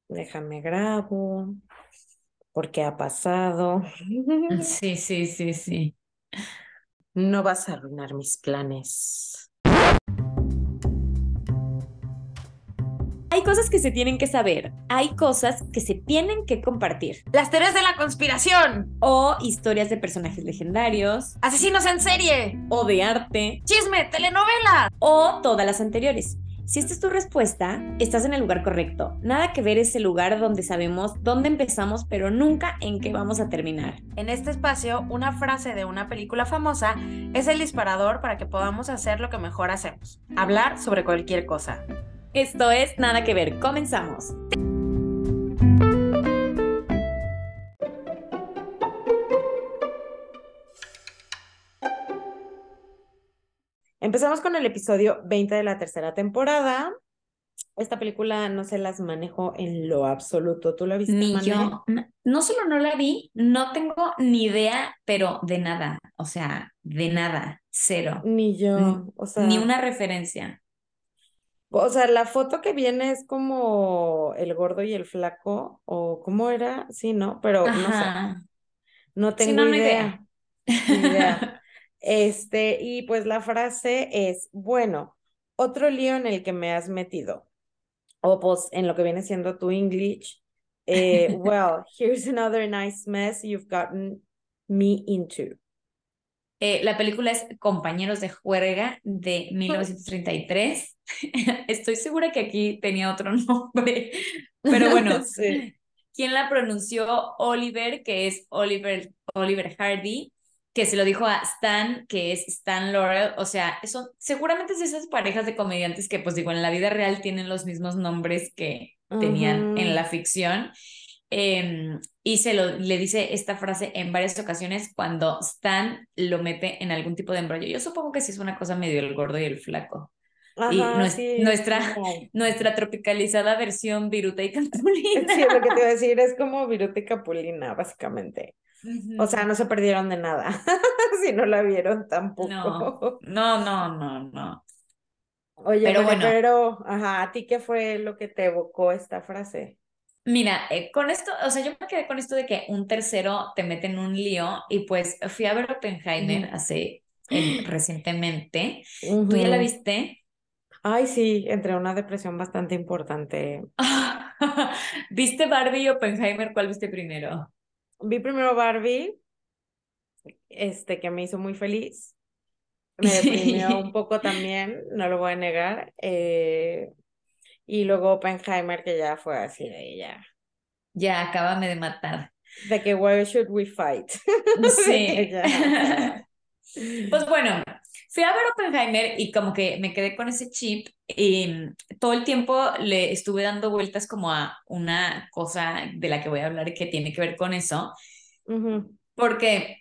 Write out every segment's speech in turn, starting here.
Déjame grabo, porque ha pasado. Sí, sí, sí, sí. No vas a arruinar mis planes. Hay cosas que se tienen que saber, hay cosas que se tienen que compartir. Las teorías de la conspiración. O historias de personajes legendarios, Asesinos en serie. o de arte, Chisme, telenovela. o todas las anteriores. Si esta es tu respuesta, estás en el lugar correcto. Nada que ver es el lugar donde sabemos dónde empezamos, pero nunca en qué vamos a terminar. En este espacio, una frase de una película famosa es el disparador para que podamos hacer lo que mejor hacemos: hablar sobre cualquier cosa. Esto es Nada que ver. Comenzamos. Empezamos con el episodio 20 de la tercera temporada. Esta película no se las manejo en lo absoluto. ¿Tú la viste, Ni Mané? yo, no solo no la vi, no tengo ni idea, pero de nada, o sea, de nada, cero, Ni N- yo. ni una referencia. La foto que viene es como el gordo y el flaco, o cómo era, sí, ¿no? Pero no sé, Ajá, no sí, tengo no, no idea. idea. Ni idea. Y pues la frase es, bueno, otro lío en el que me has metido. O pues en lo que viene siendo tu English. Well, here's another nice mess you've gotten me into. La película es Compañeros de Juerga de 1933. Estoy segura que aquí tenía otro nombre, pero bueno, Sí. ¿quién la pronunció? Oliver, que es Oliver Hardy, que se lo dijo a Stan, que es Stan Laurel. O sea, seguramente es de esas parejas de comediantes que, pues digo, en la vida real tienen los mismos nombres que tenían en Ujú. la ficción. Y le dice esta frase en varias ocasiones cuando Stan lo mete en algún tipo de embrollo. Yo supongo que sí es una cosa medio el gordo y el flaco. Y Ajá, sí, es como, nuestra tropicalizada versión Viruta y sí, es lo que te Cartulina. iba a decir, es como Viruta y Capulina, básicamente. O sea, Ujú. no se perdieron de nada, si no la vieron No, tampoco. no, no, no, no. Oye, Pero Mane, bueno, pero, ajá, ¿a ti qué fue lo que te evocó esta frase? mira, con esto, o sea, yo me quedé con esto de que un tercero te mete en un lío y pues fui a ver Oppenheimer Ujú. recientemente. ¿Tú ya la Ujú. viste? Ay, sí, entré en una depresión bastante importante. ¿Viste Barbie y Oppenheimer? ¿Cuál viste primero? Vi primero Barbie, que me hizo muy feliz. Me deprimió un poco también, no lo voy a negar. Y luego Oppenheimer, que ya fue así de ya. Ya, acábame de matar. De que why should we fight? De que Sí. ya, o sea. Pues bueno, fui a ver Oppenheimer y como que me quedé con ese chip y todo el tiempo le estuve dando vueltas como a una cosa de la que voy a hablar que tiene que ver con eso, Ujú. porque,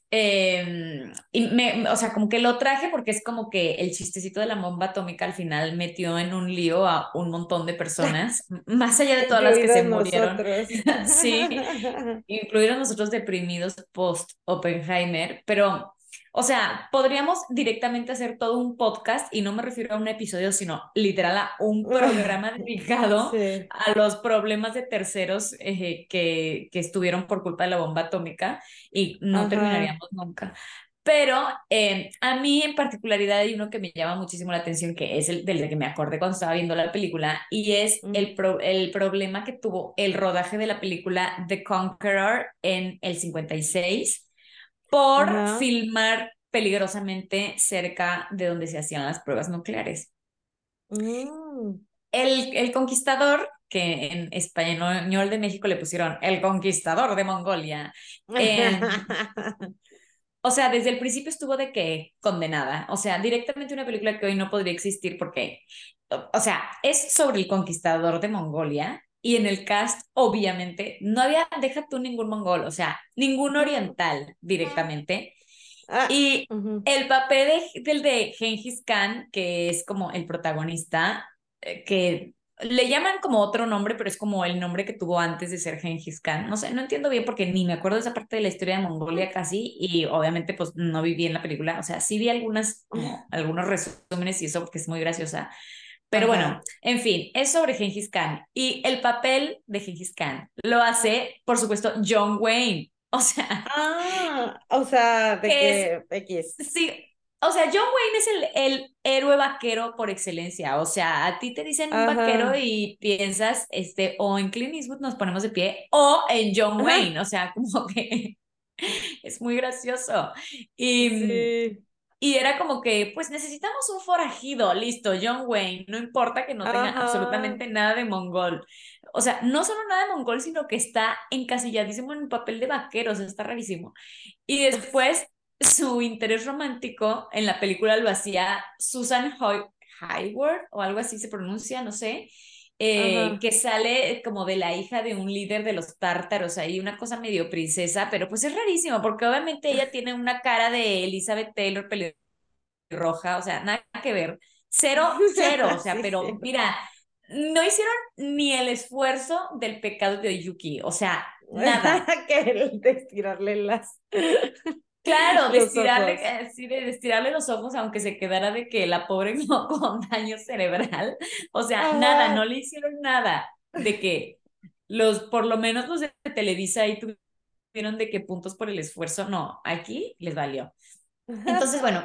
o sea, como que lo traje porque es como que el chistecito de la bomba atómica al final metió en un lío a un montón de personas, más allá de todas las que se Incluidos murieron, nosotros. sí, incluidos nosotros deprimidos post Oppenheimer, pero, o sea, podríamos directamente hacer todo un podcast y no me refiero a un episodio, sino literal a un programa dedicado Sí, a los problemas de terceros que estuvieron por culpa de la bomba atómica y no ajá. terminaríamos nunca. Pero a mí en particularidad hay uno que me llama muchísimo la atención, que es el del que me acordé cuando estaba viendo la película, y es Mm. el problema que tuvo el rodaje de la película The Conqueror en el 56 por Ajá. filmar peligrosamente cerca de donde se hacían las pruebas nucleares. Mm. El conquistador, que en español de México le pusieron el conquistador de Mongolia, eh, o sea, desde el principio estuvo de que condenada. O sea, directamente una película que hoy no podría existir porque, o sea, es sobre el conquistador de Mongolia y en el cast, obviamente, no había, deja tú ningún mongol, o sea, ningún oriental directamente. Ah, Y ujú. el papel del de Gengis Khan, que es como el protagonista, que le llaman como otro nombre, pero es como el nombre que tuvo antes de ser Gengis Khan. No sé, no entiendo bien porque ni me acuerdo de esa parte de la historia de Mongolia casi y obviamente pues no viví en la película. O sea, sí vi algunos resúmenes y eso porque es muy graciosa, Pero Ajá. bueno, en fin, es sobre Gengis Khan. Y el papel de Gengis Khan lo hace, por supuesto, John Wayne. O sea, O sea, de que es, que X. sí, o sea, John Wayne es el héroe vaquero por excelencia. O sea, a ti te dicen un vaquero Ajá. y piensas, o en Clint Eastwood nos ponemos de pie, o en John Ajá. Wayne. O sea, como que es muy gracioso. Y Sí. y era como que, pues necesitamos un forajido, listo, John Wayne, no importa que no tenga Ajá. absolutamente nada de mongol. O sea, no solo nada de mongol, sino que está encasilladísimo en un papel de vaquero, o sea, está rarísimo. Y después su interés romántico en la película lo hacía Susan Hayward o algo así se pronuncia, no sé, Ajá. que sale como de la hija de un líder de los tártaros ahí, una cosa medio princesa, pero pues es rarísimo porque obviamente ella tiene una cara de Elizabeth Taylor pelirroja, o sea, nada que ver. Cero, cero, o sea, Sí, pero sí. mira, no hicieron ni el esfuerzo del pecado de Yuki, o sea, nada. Que el de estirarle Claro, de los estirarle, ojos. sí, de estirarle los ojos, aunque se quedara de que la pobre no con daño cerebral. O sea, nada, no Ajá. le hicieron nada. De que por lo menos los de Televisa ahí tuvieron de que puntos por el esfuerzo. No, aquí les valió. Entonces, bueno,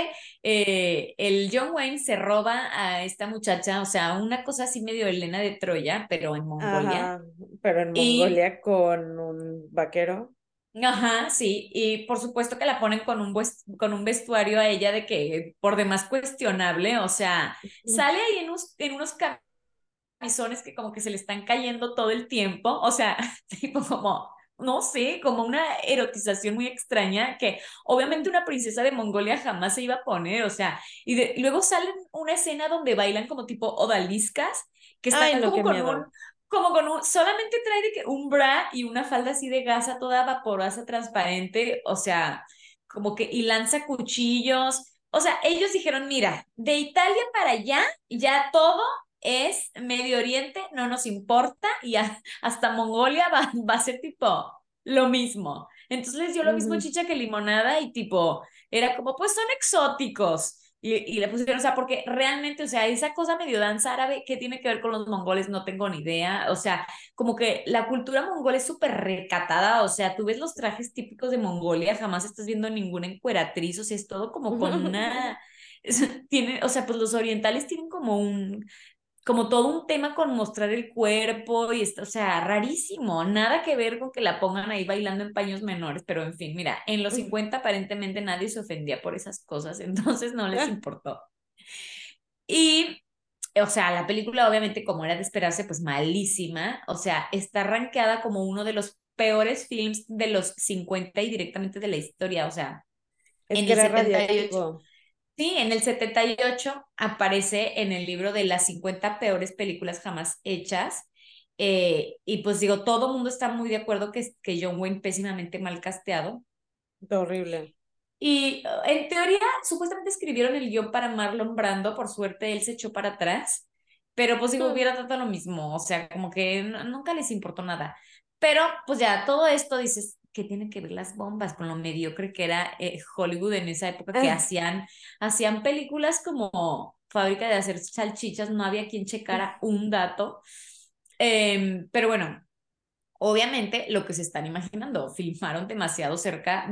el John Wayne se roba a esta muchacha, o sea, una cosa así medio Helena de Troya, pero en Mongolia. Ajá. Pero en Y Mongolia con un vaquero. ajá, sí, y por supuesto que la ponen con un vestuario a ella de que por demás cuestionable, o sea, sale ahí en unos camisones que como que se le están cayendo todo el tiempo, o sea, tipo como, no sé, como una erotización muy extraña que obviamente una princesa de Mongolia jamás se iba a poner, o sea, y luego sale una escena donde bailan como tipo odaliscas, que Ay, están no, qué miedo. solamente trae de que un bra y una falda así de gasa toda vaporosa, transparente, o sea, como que, y lanza cuchillos. O sea, ellos dijeron, mira, de Italia para allá, ya todo es Medio Oriente, no nos importa, y hasta Mongolia va a ser tipo lo mismo. Entonces les dio lo mismo Ujú. chicha que limonada y tipo, era como, pues son exóticos. Y le pusieron, o sea, porque realmente, o sea, esa cosa medio danza árabe, ¿qué tiene que ver con los mongoles? No tengo ni idea. O sea, como que la cultura mongola es súper recatada, o sea, tú ves los trajes típicos de Mongolia, jamás estás viendo ninguna encueratriz, o sea, es todo como con una, tiene, o sea, pues los orientales tienen como todo un tema con mostrar el cuerpo y o sea, rarísimo, nada que ver con que la pongan ahí bailando en paños menores, pero en fin, mira, en los 50 aparentemente nadie se ofendía por esas cosas, entonces no les importó. Y, o sea, la película obviamente como era de esperarse, pues malísima, o sea, está rankeada como uno de los peores films de los 50 y directamente de la historia, o sea, Es en que el era 78. radiactivo. Sí, en el 78 aparece en el libro de las 50 peores películas jamás hechas. Y pues digo, todo el mundo está muy de acuerdo que John Wayne pésimamente mal casteado. Está horrible. Y en teoría, supuestamente escribieron el guión para Marlon Brando, por suerte él se echó para atrás, pero pues digo, hubiera tratado lo mismo, o sea, como que nunca les importó nada. Pero pues ya, todo esto dices, ¿qué tienen que ver las bombas con lo mediocre que era Hollywood en esa época que hacían películas como Fábrica de hacer salchichas, no había quien checara un dato. Pero bueno, obviamente, lo que se están imaginando, filmaron demasiado cerca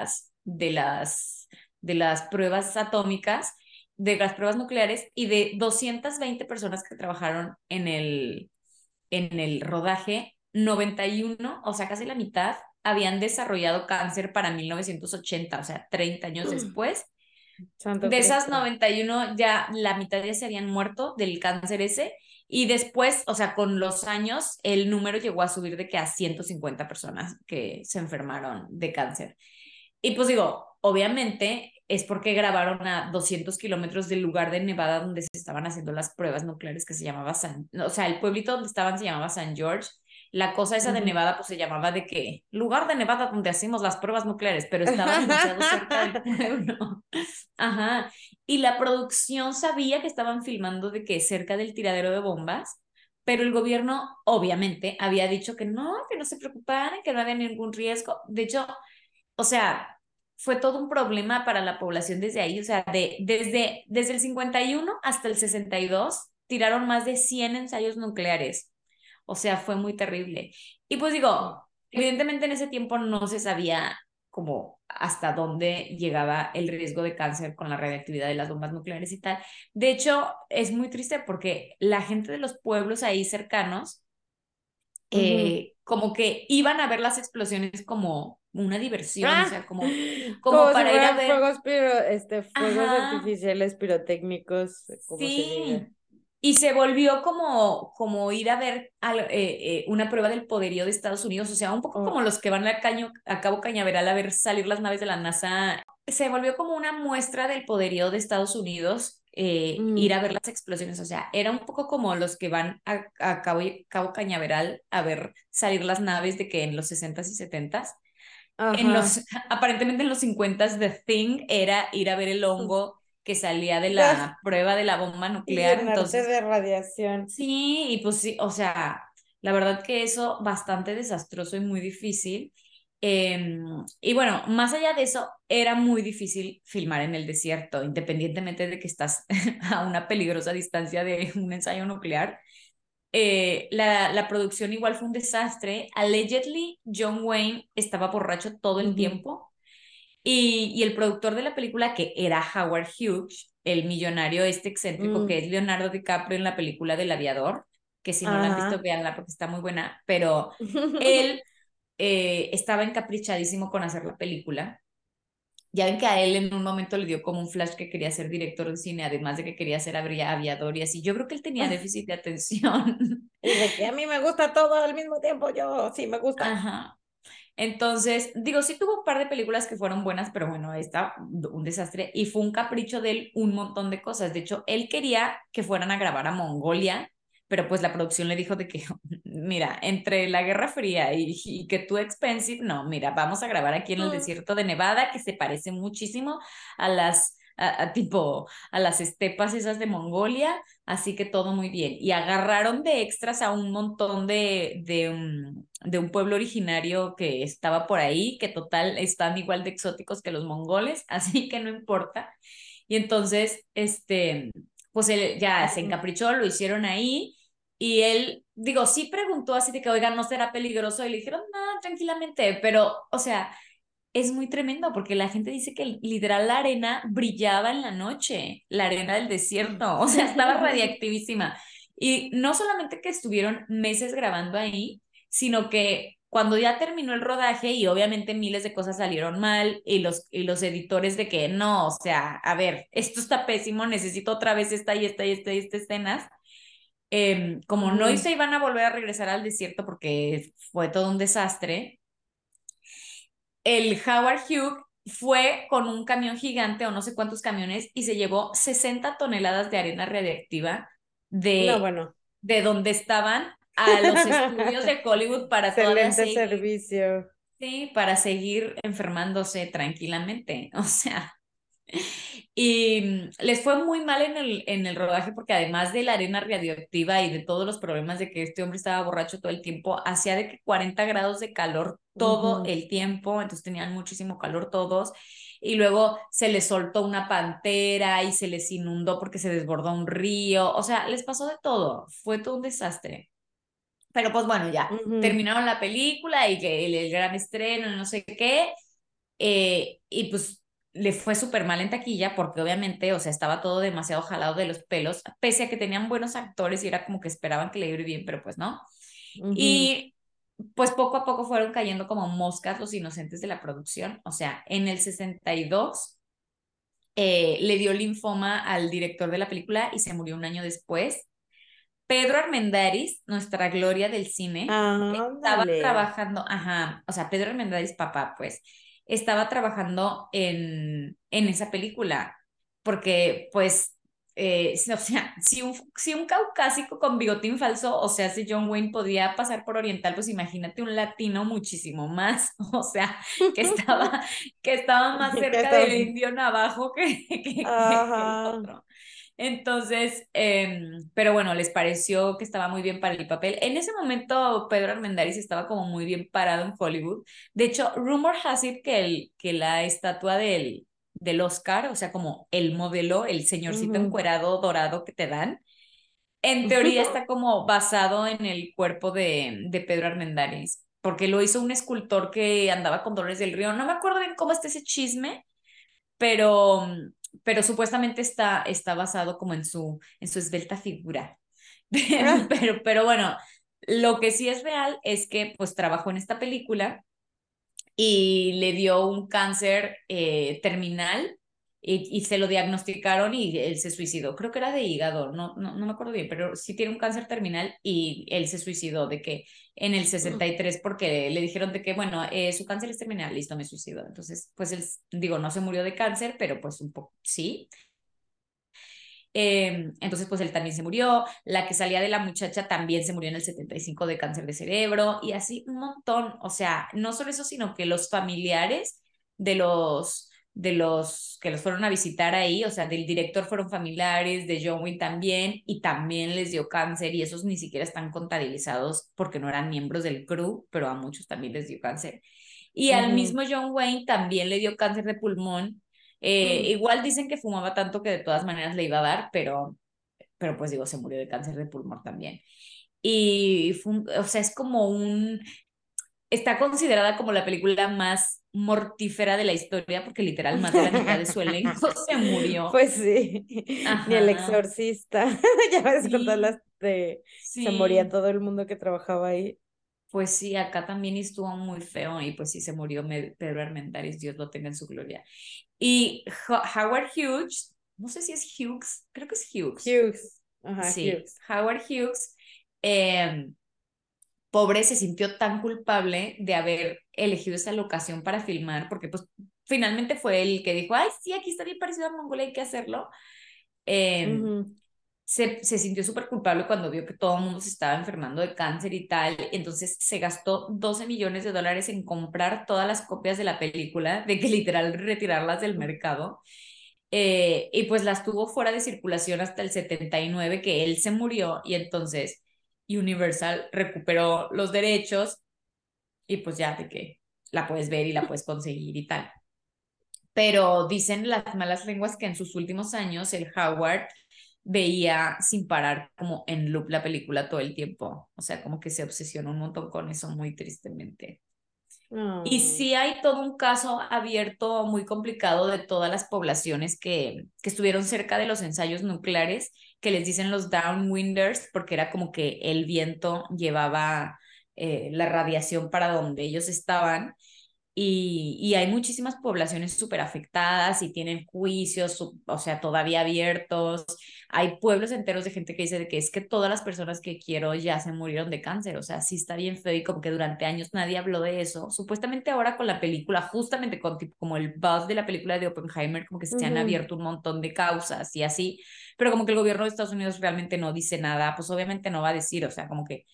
de las pruebas atómicas, de las pruebas nucleares y de 220 personas que trabajaron en el rodaje, 91, o sea, casi la mitad, habían desarrollado cáncer para 1980, o sea, 30 años después. Santo De esas Cristo. 91 ya la mitad ya se habían muerto del cáncer ese y después, o sea, con los años el número llegó a subir de que a 150 personas que se enfermaron de cáncer. Y pues digo, obviamente es porque grabaron a 200 kilómetros del lugar de Nevada donde se estaban haciendo las pruebas nucleares que se llamaba o sea, el pueblito donde estaban se llamaba San George. La cosa esa de Ujú. Nevada pues se llamaba de que lugar de Nevada donde hacemos las pruebas nucleares, pero estaba demasiado cerca del pueblo. Ajá. Y la producción sabía que estaban filmando de que cerca del tiradero de bombas, pero el gobierno obviamente había dicho que no se preocuparan, que no había ningún riesgo. De hecho, o sea, fue todo un problema para la población desde ahí, o sea, desde el 51 hasta el 62 tiraron más de 100 ensayos nucleares. O sea, fue muy terrible. Y pues digo, evidentemente en ese tiempo no se sabía como hasta dónde llegaba el riesgo de cáncer con la radiactividad de las bombas nucleares y tal. De hecho, es muy triste porque la gente de los pueblos ahí cercanos, como que iban a ver las explosiones como una diversión, o Ah, sea, como como si para ir a fueran ver. fuegos Ajá, artificiales pirotécnicos, como se diga. sí. Y se volvió como ir a ver una prueba del poderío de Estados Unidos, o sea, un poco como Oh, los que van a Cabo Cañaveral a ver salir las naves de la NASA. Se volvió como una muestra del poderío de Estados Unidos, ir mm, a ver las explosiones, o sea, era un poco como los que van a Cabo Cañaveral a ver salir las naves de que en los 60s y 70s. ajá. Aparentemente en los 50s, The Thing era ir a ver el hongo que salía de Da- la prueba de la bomba Y nuclear. llenarte Entonces, de radiación. sí, y pues sí, o sea, la verdad que eso bastante desastroso y muy difícil. Y bueno, más allá de eso, era muy difícil filmar en el desierto, independientemente de que estás a una peligrosa distancia de un ensayo nuclear. La producción igual fue un desastre. Allegedly, John Wayne estaba borracho todo el Ujú. tiempo y el productor de la película, que era Howard Hughes, el millonario este excéntrico que Mm, es Leonardo DiCaprio en la película del Aviador, que si no la han visto, ajá. véanla porque está muy buena, pero él estaba encaprichadísimo con hacer la película. Ya ven que a él en un momento le dio como un flash que quería ser director de cine, además de que quería ser aviador y así. Yo creo que él tenía déficit de atención. Y de que a mí me gusta todo al mismo tiempo, yo sí me gusta. Ajá. Entonces, digo, sí tuvo un par de películas que fueron buenas, pero bueno, esta, un desastre. Y fue un capricho de él un montón de cosas. De hecho, él quería que fueran a grabar a Mongolia, pero pues la producción le dijo de que, mira, entre la Guerra Fría y que tú expensive, no, mira, vamos a grabar aquí en el Mm, desierto de Nevada, que se parece muchísimo a tipo, a las estepas esas de Mongolia, así que todo muy bien. Y agarraron de extras a un montón de un pueblo originario que estaba por ahí, que total están igual de exóticos que los mongoles, así que no importa. Y entonces, pues él ya se mm. encaprichó, lo hicieron ahí. Y él, digo, sí preguntó así de que, oiga, ¿no será peligroso? Y le dijeron, no, tranquilamente, pero, o sea, es muy tremendo porque la gente dice que literal la arena brillaba en la noche, la arena del desierto, o sea, estaba radiactivísima. Y no solamente que estuvieron meses grabando ahí, sino que cuando ya terminó el rodaje y obviamente miles de cosas salieron mal y los editores de que no, o sea, a ver, esto está pésimo, necesito otra vez esta y esta y esta y esta escenas. Como no Ujú. se iban a volver a regresar al desierto porque fue todo un desastre, el Howard Hughes fue con un camión gigante o no sé cuántos camiones y se llevó 60 toneladas de arena radiactiva No, de, bueno. de donde estaban a los estudios de Hollywood para todavía Excelente seguir, servicio. sí, para seguir enfermándose tranquilamente. O sea, y les fue muy mal en el rodaje porque además de la arena radioactiva y de todos los problemas de que este hombre estaba borracho todo el tiempo, hacía de que 40 grados de calor todo Ujú. el tiempo, entonces tenían muchísimo calor todos. Y luego se les soltó una pantera y se les inundó porque se desbordó un río. O sea, les pasó de todo. Fue todo un desastre. Pero pues bueno, ya Ujú. terminaron la película y que el gran estreno y no sé qué. Y pues le fue súper mal en taquilla porque obviamente, o sea, estaba todo demasiado jalado de los pelos, pese a que tenían buenos actores y era como que esperaban que le iba bien, pero pues no. Ujú. Y pues poco a poco fueron cayendo como moscas los inocentes de la producción. O sea, en el 62 le dio linfoma al director de la película y se murió un año después. Pedro Armendáriz, nuestra gloria del cine, estaba Ándale. trabajando, ajá, o sea, Pedro Armendáriz, papá, pues, estaba trabajando en esa película, porque, pues, o sea, si un caucásico con bigotín falso, o sea, si John Wayne podía pasar por oriental, pues imagínate un latino muchísimo más, o sea, que estaba, que estaba más ¿Qué cerca del estás? indio navajo que el Ajá. otro. Entonces, pero bueno, les pareció que estaba muy bien para el papel. En ese momento, Pedro Armendáriz estaba como muy bien parado en Hollywood. De hecho, rumor has it que la estatua del Oscar, o sea, como el modelo, el señorcito Ujú. encuerado dorado que te dan, en teoría está como basado en el cuerpo de Pedro Armendáriz, porque lo hizo un escultor que andaba con Dolores del Río. No me acuerdo bien cómo está ese chisme, pero, pero supuestamente está basado como en su esbelta figura. Pero bueno, lo que sí es real es que pues trabajó en esta película y le dio un cáncer terminal y se lo diagnosticaron y él se suicidó. Creo que era de hígado, no me acuerdo bien, pero sí tiene un cáncer terminal y él se suicidó de que en el 63 porque le dijeron de que, bueno, su cáncer es terminal, listo, me suicidó. Entonces, pues él, digo, no se murió de cáncer, pero pues un poco, sí. Entonces, pues él también se murió. La que salía de la muchacha también se murió en el 75 de cáncer de cerebro y así un montón. O sea, no solo eso, sino que los familiares de los que los fueron a visitar ahí, o sea, del director fueron familiares, de John Wayne también, y también les dio cáncer y esos ni siquiera están contabilizados porque no eran miembros del crew, pero a muchos también les dio cáncer. Y al Ujú. mismo John Wayne también le dio cáncer de pulmón. Igual dicen que fumaba tanto que de todas maneras le iba a dar, pero pues digo, se murió de cáncer de pulmón también. Y o sea, está considerada como la película más mortífera de la historia porque literal más de la mitad de su elenco se murió. Pues sí, ni el Ajá, exorcista, ya ves con todas sí, las de se moría sí. todo el mundo que trabajaba ahí. Pues sí, acá también estuvo muy feo y pues sí se murió Pedro Armendáriz, Dios lo tenga en su gloria. Y Howard Hughes, no sé si es Hughes, creo que es Hughes. Hughes, ajá, Sí, Hughes. Howard Hughes, eh, pobre, se sintió tan culpable de haber elegido esa locación para filmar, porque pues finalmente fue el que dijo, ay, sí, aquí está bien parecido a Mongolia, hay que hacerlo. Eh, Ujú. se sintió súper culpable cuando vio que todo el mundo se estaba enfermando de cáncer y tal, entonces se gastó $12 millones en comprar todas las copias de la película, de que literal retirarlas del mercado, y pues las tuvo fuera de circulación hasta el 79 que él se murió y entonces Universal recuperó los derechos y pues ya de que la puedes ver y la puedes conseguir y tal. Pero dicen las malas lenguas que en sus últimos años el Howard veía sin parar como en loop la película todo el tiempo. O sea, como que se obsesionó un montón con eso muy tristemente. Y No. sí hay todo un caso abierto muy complicado de todas las poblaciones que estuvieron cerca de los ensayos nucleares, que les dicen los downwinders, porque era como que el viento llevaba la radiación para donde ellos estaban y hay muchísimas poblaciones súper afectadas y tienen juicios, o sea, todavía abiertos. Hay pueblos enteros de gente que dice de que es que todas las personas que quiero ya se murieron de cáncer. O sea, sí está bien feo y como que durante años nadie habló de eso. Supuestamente ahora con la película, justamente con tipo, como el buzz de la película de Oppenheimer, como que se han Ujú. abierto un montón de causas y así, pero como que el gobierno de Estados Unidos realmente no dice nada, pues obviamente no va a decir, o sea, como que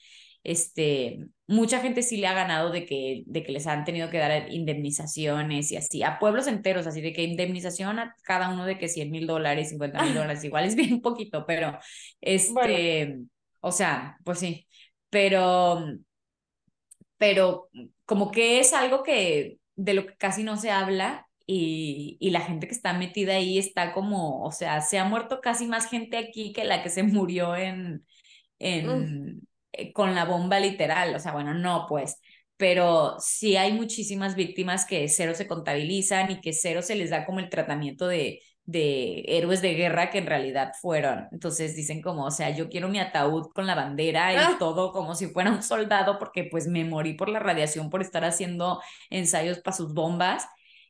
mucha gente sí le ha ganado de que les han tenido que dar indemnizaciones y así, a pueblos enteros, así de que indemnización a cada uno de que $100,000, $50,000, igual es bien poquito, pero Bueno, o sea, pues sí, pero, pero como que es algo que de lo que casi no se habla. Y la gente que está metida ahí está como, o sea, se ha muerto casi más gente aquí que la que se murió mm, en, con la bomba literal, o sea, bueno, no, pues, pero sí hay muchísimas víctimas que cero se contabilizan y que cero se les da como el tratamiento de héroes de guerra que en realidad fueron. Entonces dicen como, o sea, yo quiero mi ataúd con la bandera y ah, todo como si fuera un soldado porque pues me morí por la radiación por estar haciendo ensayos para sus bombas.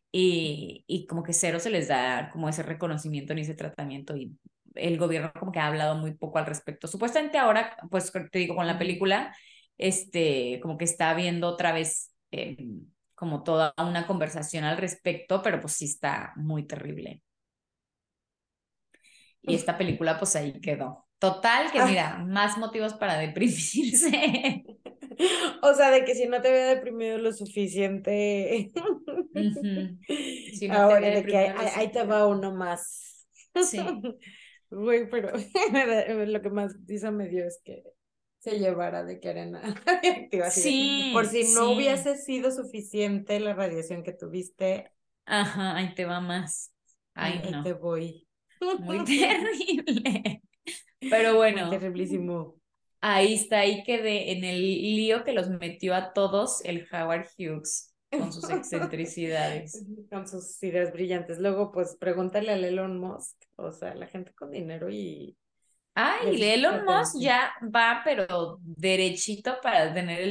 Y como que cero se les da como ese reconocimiento ni ese tratamiento y el gobierno como que ha hablado muy poco al respecto. Supuestamente ahora, pues te digo, con la ujú. película, como que está habiendo otra vez como toda una conversación al respecto, pero pues sí está muy terrible. Y esta película pues ahí quedó. Total, que Ah, mira, más motivos para deprimirse. o sea, de que si no te había deprimido lo suficiente, Ujú. Si no te ahora había de que deprimido lo ahí te va suficiente. uno más. Sí, Güey, pero lo que más risa me dio es que se llevara de que arena radioactiva, así de, por sí, si no sí. hubiese sido suficiente la radiación que tuviste, Ajá, ahí te va más. Ay, ahí te no, voy. muy terrible. Pero Muy bueno, terriblísimo. ahí está, ahí quedé en el lío que los metió a todos el Howard Hughes con sus excentricidades. Con sus ideas brillantes. Luego, pues pregúntale al Elon Musk, o sea, la gente con dinero y Ay, déficit de Elon Musk atención. ya va, pero derechito para tener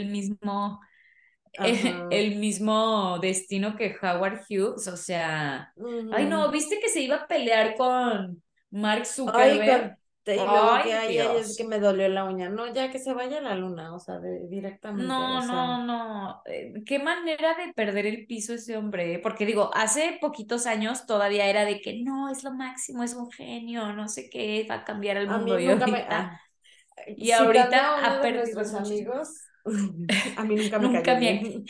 Ajá. el mismo destino que Howard Hughes. O sea, ay no, Ujú. ¿viste que se iba a pelear con Mark Ay, Zuckerberg? y luego Ay, que ay, es que Dios. me dolió la uña. No, ya que se vaya a la luna, o sea, directamente, o No, sea. no, no. Qué manera de perder el piso ese hombre, ¿eh? Porque digo, hace poquitos años todavía era de que no, es lo máximo, es un genio, no sé qué, va a cambiar el A mí mundo. nunca me. Y Citando ahorita a uno ha de perdido nuestros muchísimo. amigos, a mí nunca me Nunca cayó me bien.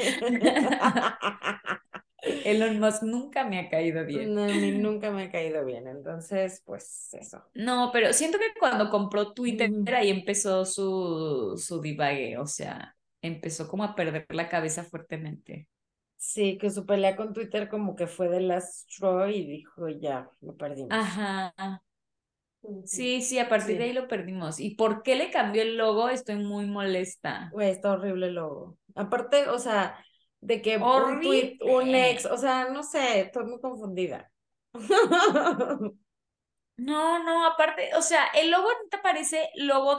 Elon Musk nunca me ha caído bien. No, a mí nunca me ha caído bien, entonces, pues eso. No, pero siento que cuando compró Twitter Ujú. ahí empezó su divague, o sea, empezó como a perder la cabeza fuertemente. Sí, que su pelea con Twitter como que fue de last straw y dijo, ya, lo perdimos. Ajá. Ujú. Sí, sí, a partir de ahí Sí, lo perdimos. ¿Y por qué le cambió el logo? Estoy muy molesta. güey, está horrible el logo. Aparte, o sea, de que un tweet, un ex, Horrible. o sea, no sé, estoy muy confundida. No, no, aparte, o sea, el logo no te parece logo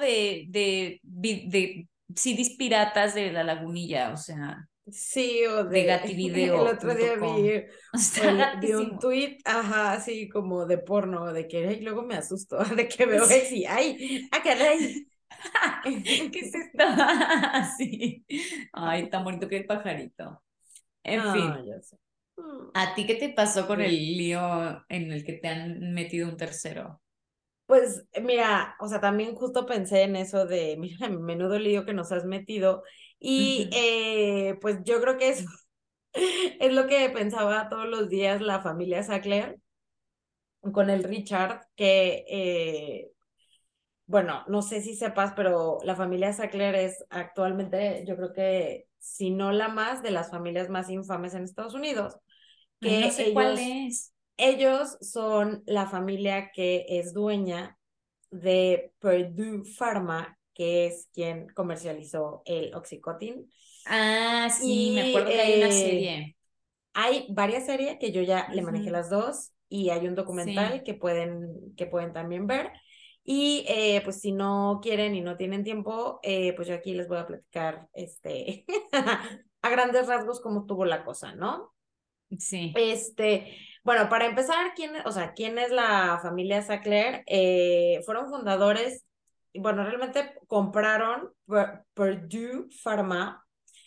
de CDs piratas de la Lagunilla, o sea, Sí, o de de, el otro día gativideo.com. Está vi un gatísimo. tweet, ajá, así como de porno, de que, ay, luego me asusto, de que veo Sí. ex y, ay, ah, caray. ¿Qué es esto? Sí. Ay, tan bonito que el pajarito. En Ah, fin, ya sé. Mm, ¿a ti qué te pasó con el sí. lío en el que te han metido un tercero? Pues mira, o sea, también justo pensé en eso de, mira, menudo lío que nos has metido. Y Ujú. pues yo creo que eso es lo que pensaba todos los días la familia Sackler con el Richard, que, bueno, no sé si sepas, pero la familia Sackler es actualmente, yo creo que, si no la más, de las familias más infames en Estados Unidos, Ay, no que sé cuál es. ellos son la familia que es dueña de Purdue Pharma, que es quien comercializó el Oxycontin. Ah, sí, me Y acuerdo que hay una serie. hay varias series que yo ya le manejé Ujú. las dos y hay un documental Sí, que pueden también ver. Y pues si no quieren y no tienen tiempo, pues yo aquí les voy a platicar a grandes rasgos cómo tuvo la cosa, ¿no? sí. Este, bueno, para empezar, o sea, ¿quién es la familia Sackler? Fueron fundadores, y bueno, realmente compraron Purdue Pharma,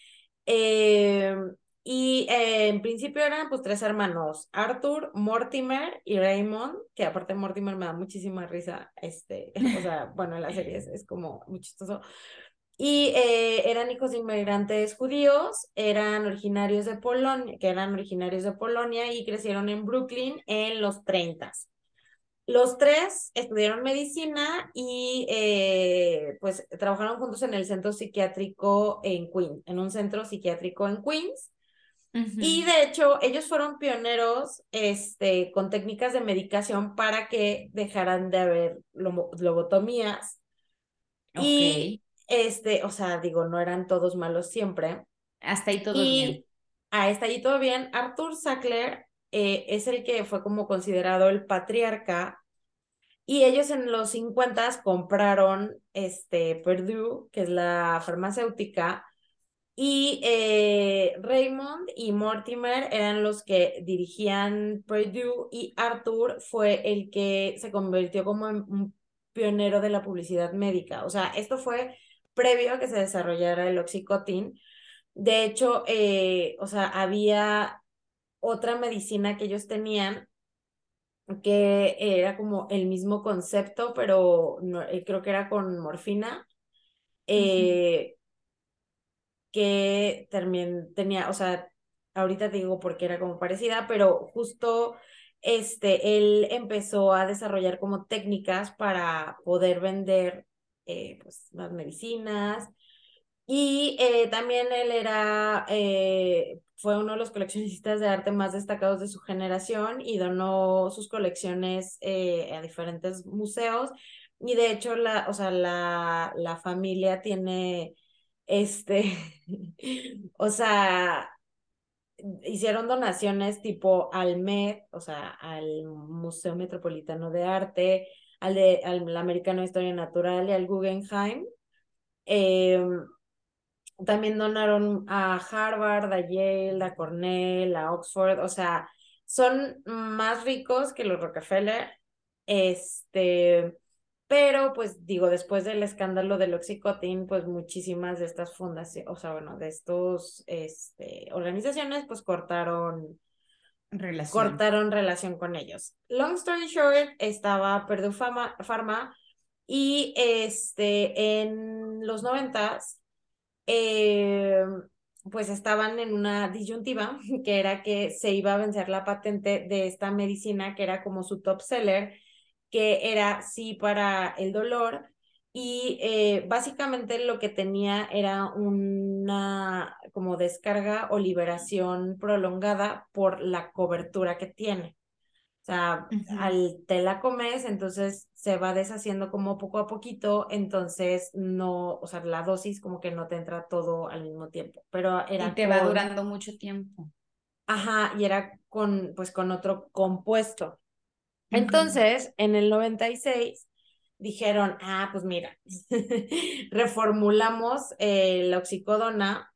eh, y en principio eran pues tres hermanos, Arthur, Mortimer y Raymond, que aparte Mortimer me da muchísima risa, o sea, bueno, en la serie es como muy chistoso. Y eran hijos de inmigrantes judíos, eran originarios de Polonia, que eran originarios de Polonia y crecieron en Brooklyn en los 30. Los tres estudiaron medicina y pues trabajaron juntos en el centro psiquiátrico en Queens, en un centro psiquiátrico en Queens. Y Ujú. de hecho, ellos fueron pioneros con técnicas de medicación para que dejaran de haber lobotomías. Ok. Y o sea, digo, no eran todos malos siempre. Hasta ahí todo bien. Y está allí todo bien. Arthur Sackler es el que fue como considerado el patriarca y ellos en los 50 compraron Purdue, que es la farmacéutica, y Raymond y Mortimer eran los que dirigían Purdue y Arthur fue el que se convirtió como en un pionero de la publicidad médica. O sea, esto fue previo a que se desarrollara el Oxycontin. De hecho, o sea, había otra medicina que ellos tenían que era como el mismo concepto, pero creo que era con morfina, Ujú. eh, que también tenía, o sea, ahorita te digo porque era como parecida, pero justo él empezó a desarrollar como técnicas para poder vender pues las medicinas y también él fue uno de los coleccionistas de arte más destacados de su generación y donó sus colecciones a diferentes museos. Y de hecho, o sea, la familia tiene, este, o sea, hicieron donaciones tipo al Met, o sea, al Museo Metropolitano de Arte, al Americano de Historia Natural y al Guggenheim. Eh, También donaron a Harvard, a Yale, a Cornell, a Oxford, o sea, son más ricos que los Rockefeller, este, pero pues digo, después del escándalo del Oxycontin, pues muchísimas de estas fundaciones, o sea, bueno, de estos, organizaciones, pues Relación. cortaron relación con ellos. Long story short, estaba Purdue Pharma y en los 90s eh, pues estaban en una disyuntiva que era que se iba a vencer la patente de esta medicina que era como su top seller, que era sí para el dolor y básicamente lo que tenía era una como descarga o liberación prolongada por la cobertura que tiene. O sea, Ujú. te la comes, entonces se va deshaciendo como poco a poquito, entonces no, o sea, la dosis como que no te entra todo al mismo tiempo, pero Y era te va durando mucho tiempo. ajá, y era pues con otro compuesto. Ujú. Entonces, en el 96 dijeron, pues mira, reformulamos la oxicodona,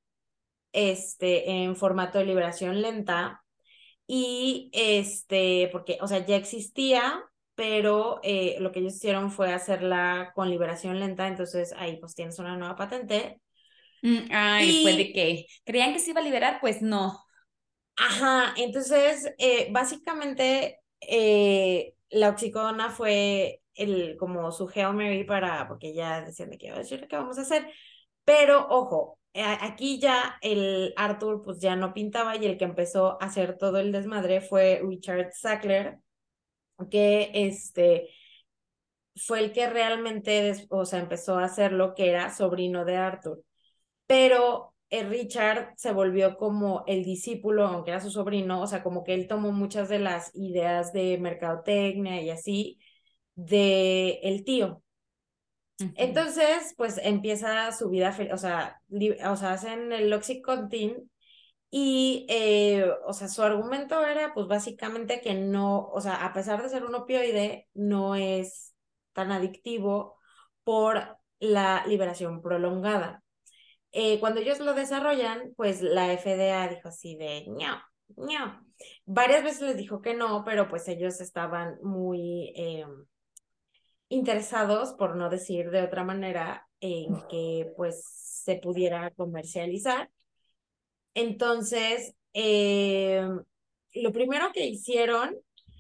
en formato de liberación lenta y porque, o sea, ya existía, pero lo que ellos hicieron fue hacerla con liberación lenta, entonces ahí pues tienes una nueva patente. Ay, fue de Y, que creían que se iba a liberar, pues no. ajá, entonces básicamente la oxicodona fue como su Hail Mary porque ya decían de que, ¿qué vamos a hacer? Pero ojo, aquí ya el Arthur pues ya no pintaba y el que empezó a hacer todo el desmadre fue Richard Sackler, que fue el que realmente, o sea, empezó a hacer lo que era sobrino de Arthur. Pero Richard se volvió como el discípulo, aunque era su sobrino, o sea, como que él tomó muchas de las ideas de mercadotecnia y así de el tío. Ujú. Entonces, pues empieza su vida, o sea, hacen el Oxycontin y, o sea, su argumento era, pues básicamente que no, o sea, a pesar de ser un opioide, no es tan adictivo por la liberación prolongada. Cuando ellos lo desarrollan, pues la FDA dijo así de, no, no. Varias veces les dijo que no, pero pues ellos estaban muy interesados, por no decir de otra manera, en que pues se pudiera comercializar. Entonces, lo primero que hicieron,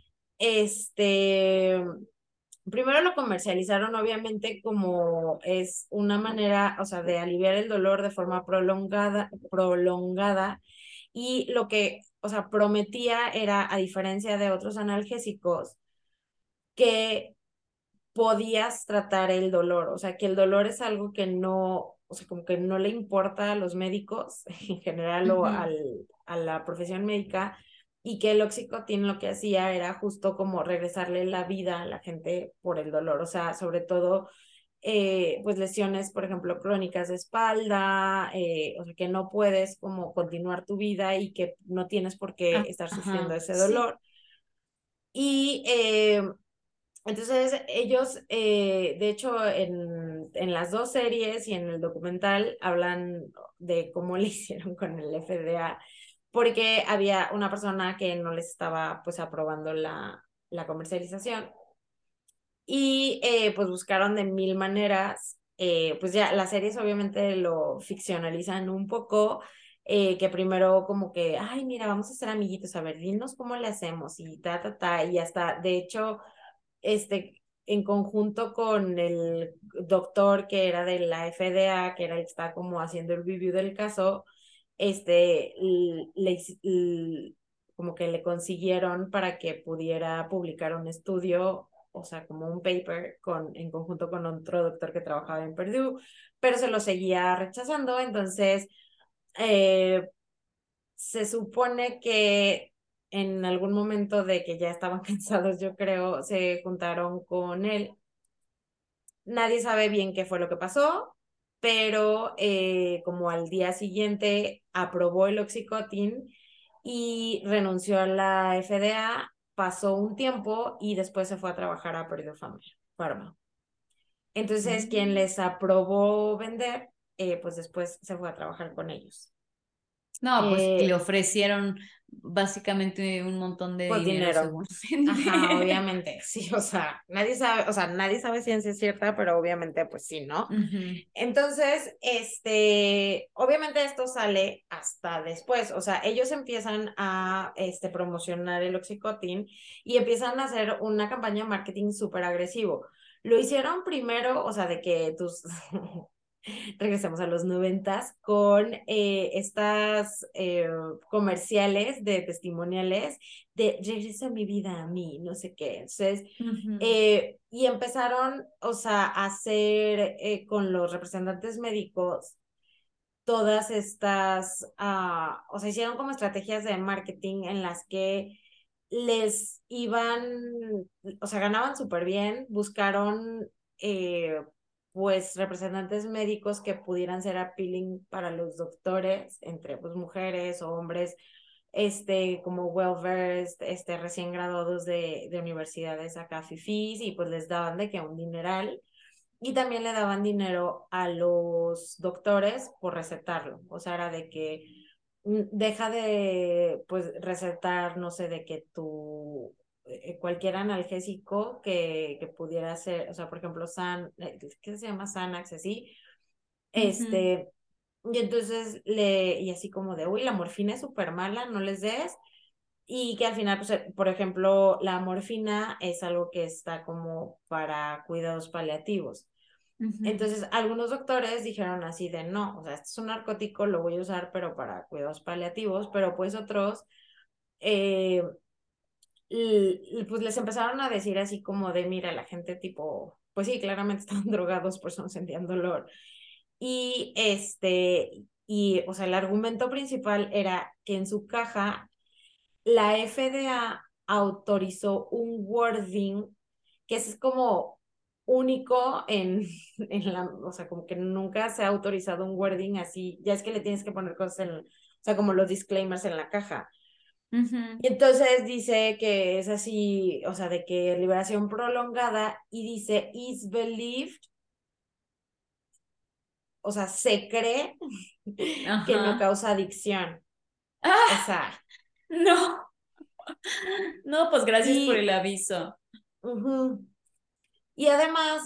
primero lo comercializaron obviamente como es una manera, o sea, de aliviar el dolor de forma prolongada y lo que, o sea, prometía era, a diferencia de otros analgésicos, que podías tratar el dolor, o sea, que el dolor es algo que no, o sea, como que no le importa a los médicos en general o Ujú. a la profesión médica y que el Oxycontin lo que hacía era justo como regresarle la vida a la gente por el dolor, o sea, sobre todo pues lesiones, por ejemplo, crónicas de espalda, o sea, que no puedes como continuar tu vida y que no tienes por qué estar sufriendo Ajá, ese sí. dolor. Y entonces ellos, de hecho, en las dos series y en el documental hablan de cómo le hicieron con el FDA, porque había una persona que no les estaba pues aprobando la comercialización y pues buscaron de mil maneras, pues ya las series obviamente lo ficcionalizan un poco, que primero como que, ay, mira, vamos a ser amiguitos, a ver, dinos cómo le hacemos y y hasta, de hecho, en conjunto con el doctor que era de la FDA, que era el que estaba como haciendo el review del caso, como que le consiguieron para que pudiera publicar un estudio, o sea, como un paper en conjunto con otro doctor que trabajaba en Purdue, pero se lo seguía rechazando, entonces eh, se supone que en algún momento de que ya estaban cansados, yo creo, se juntaron con él nadie sabe bien qué fue lo que pasó, pero como al día siguiente aprobó el Oxycontin y renunció a la FDA, pasó un tiempo y después se fue a trabajar a Purdue Pharma. Entonces, quien les aprobó vender, pues después se fue a trabajar con ellos. No, pues le ofrecieron básicamente un montón de Pues dinero, dinero. según se Ajá, entiende. obviamente, sí, o sea, nadie sabe ciencia cierta, pero obviamente, pues sí, ¿no? Ujú. Entonces, obviamente esto sale hasta después, o sea, ellos empiezan a, promocionar el Oxycontin y empiezan a hacer una campaña de marketing súper agresivo. Lo hicieron primero, o sea, de que tus, regresemos a los 90 con estas comerciales de testimoniales de regresa mi vida a mí, no sé qué. Entonces, Ujú. y empezaron, o sea, a hacer con los representantes médicos todas estas, o sea, hicieron como estrategias de marketing en las que les iban, o sea, ganaban súper bien, buscaron pues representantes médicos que pudieran ser appealing para los doctores, entre pues mujeres o hombres, como well-versed, recién graduados de universidades acá fifís, y pues les daban de que un dineral y también le daban dinero a los doctores por recetarlo. O sea, era de que deja de, pues, recetar, no sé, de que tu, cualquier analgésico que pudiera ser, o sea, por ejemplo, ¿qué se llama? Xanax, así. Ujú. Este, y entonces y así como de, uy, la morfina es súper mala, no les des. Y que al final, pues, por ejemplo, la morfina es algo que está como para cuidados paliativos. Ujú. Entonces, algunos doctores dijeron así de no, o sea, este es un narcótico, lo voy a usar, pero para cuidados paliativos, pero pues otros, eh, pues les empezaron a decir así como de, mira, la gente tipo, pues sí, claramente están drogados, por eso no sentían dolor. Y o sea, el argumento principal era que en su caja la FDA autorizó un wording que es como único en o sea, como que nunca se ha autorizado un wording así, ya es que le tienes que poner cosas o sea, como los disclaimers en la caja. Ujú. Y entonces dice que es así, o sea, de que liberación prolongada y dice is believed, o sea, se cree que no Ajá. causa adicción. O ¡Ah! sea, No, no, pues gracias por el y, aviso. ujú. Y además,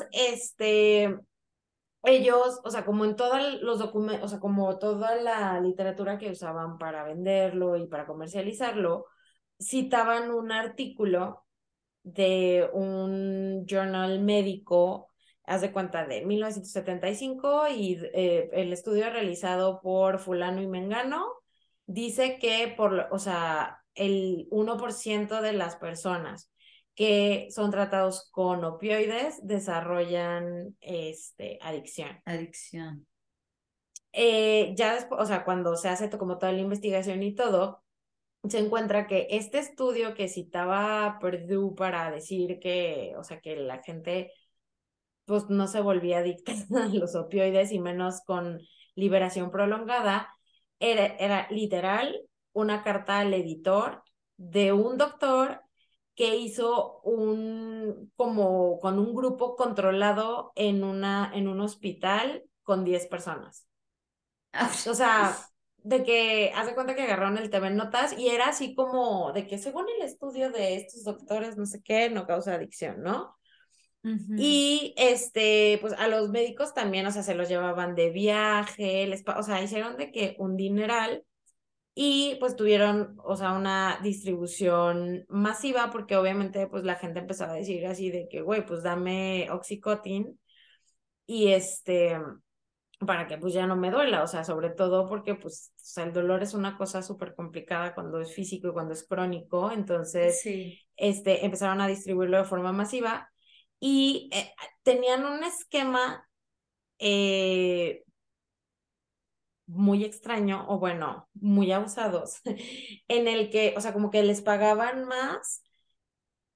ellos, o sea, como en todos los documentos, o sea, como toda la literatura que usaban para venderlo y para comercializarlo, citaban un artículo de un journal médico, haz de cuenta, de 1975 y el estudio realizado por fulano y mengano dice que o sea, el 1% de las personas que son tratados con opioides desarrollan adicción. Adicción. Ya después, o sea, cuando se hace como toda la investigación y todo, se encuentra que este estudio que citaba Purdue para decir que, o sea, que la gente pues no se volvía adicta a los opioides y menos con liberación prolongada, era literal una carta al editor de un doctor que hizo como con un grupo controlado en un hospital con 10 personas. O sea, de que haz de cuenta que agarraron el tema en notas y era así como de que según el estudio de estos doctores, no sé qué, no causa adicción, ¿no? Ujú. Y pues a los médicos también, o sea, se los llevaban de viaje, o sea, hicieron de que un dineral y pues tuvieron, o sea, una distribución masiva porque obviamente pues la gente empezó a decir así de que, güey, pues dame Oxycontin y para que pues ya no me duela, o sea, sobre todo porque pues o sea, el dolor es una cosa súper complicada cuando es físico y cuando es crónico, entonces Sí. empezaron a distribuirlo de forma masiva y tenían un esquema eh, muy extraño o bueno, muy abusados, en el que, o sea, como que les pagaban más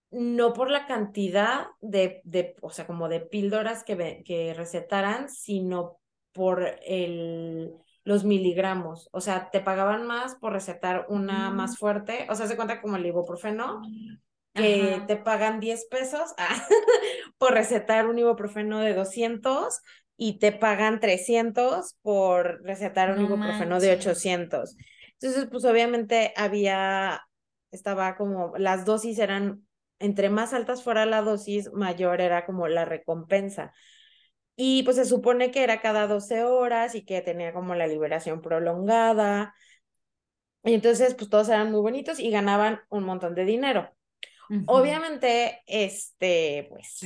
no por la cantidad o sea, como de píldoras que recetaran, sino por los miligramos. O sea, te pagaban más por recetar una Mm. más fuerte. O sea, se cuenta como el ibuprofeno, que Ajá. te pagan 10 pesos por recetar un ibuprofeno de 200 y te pagan 300 por recetar un No ibuprofeno de manches. 800. Entonces, pues obviamente estaba como, las dosis eran, entre más altas fuera la dosis, mayor era como la recompensa. Y pues se supone que era cada 12 horas y que tenía como la liberación prolongada. Y entonces, pues todos eran muy bonitos y ganaban un montón de dinero. Ujú. Obviamente, pues,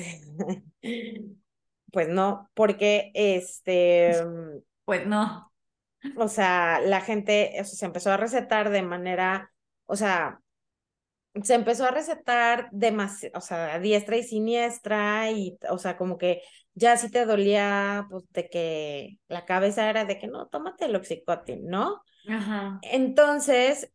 pues no, porque Pues no. o sea, la gente, o sea, se empezó a recetar de manera, o sea, se empezó a recetar demasiado, o sea, a diestra y siniestra, y, o sea, como que ya si te dolía, pues, de que la cabeza era de que no, tómate el Oxycontin, ¿no? Ajá. Entonces,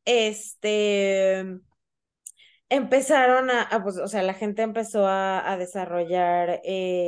empezaron pues, o sea, la gente empezó a desarrollar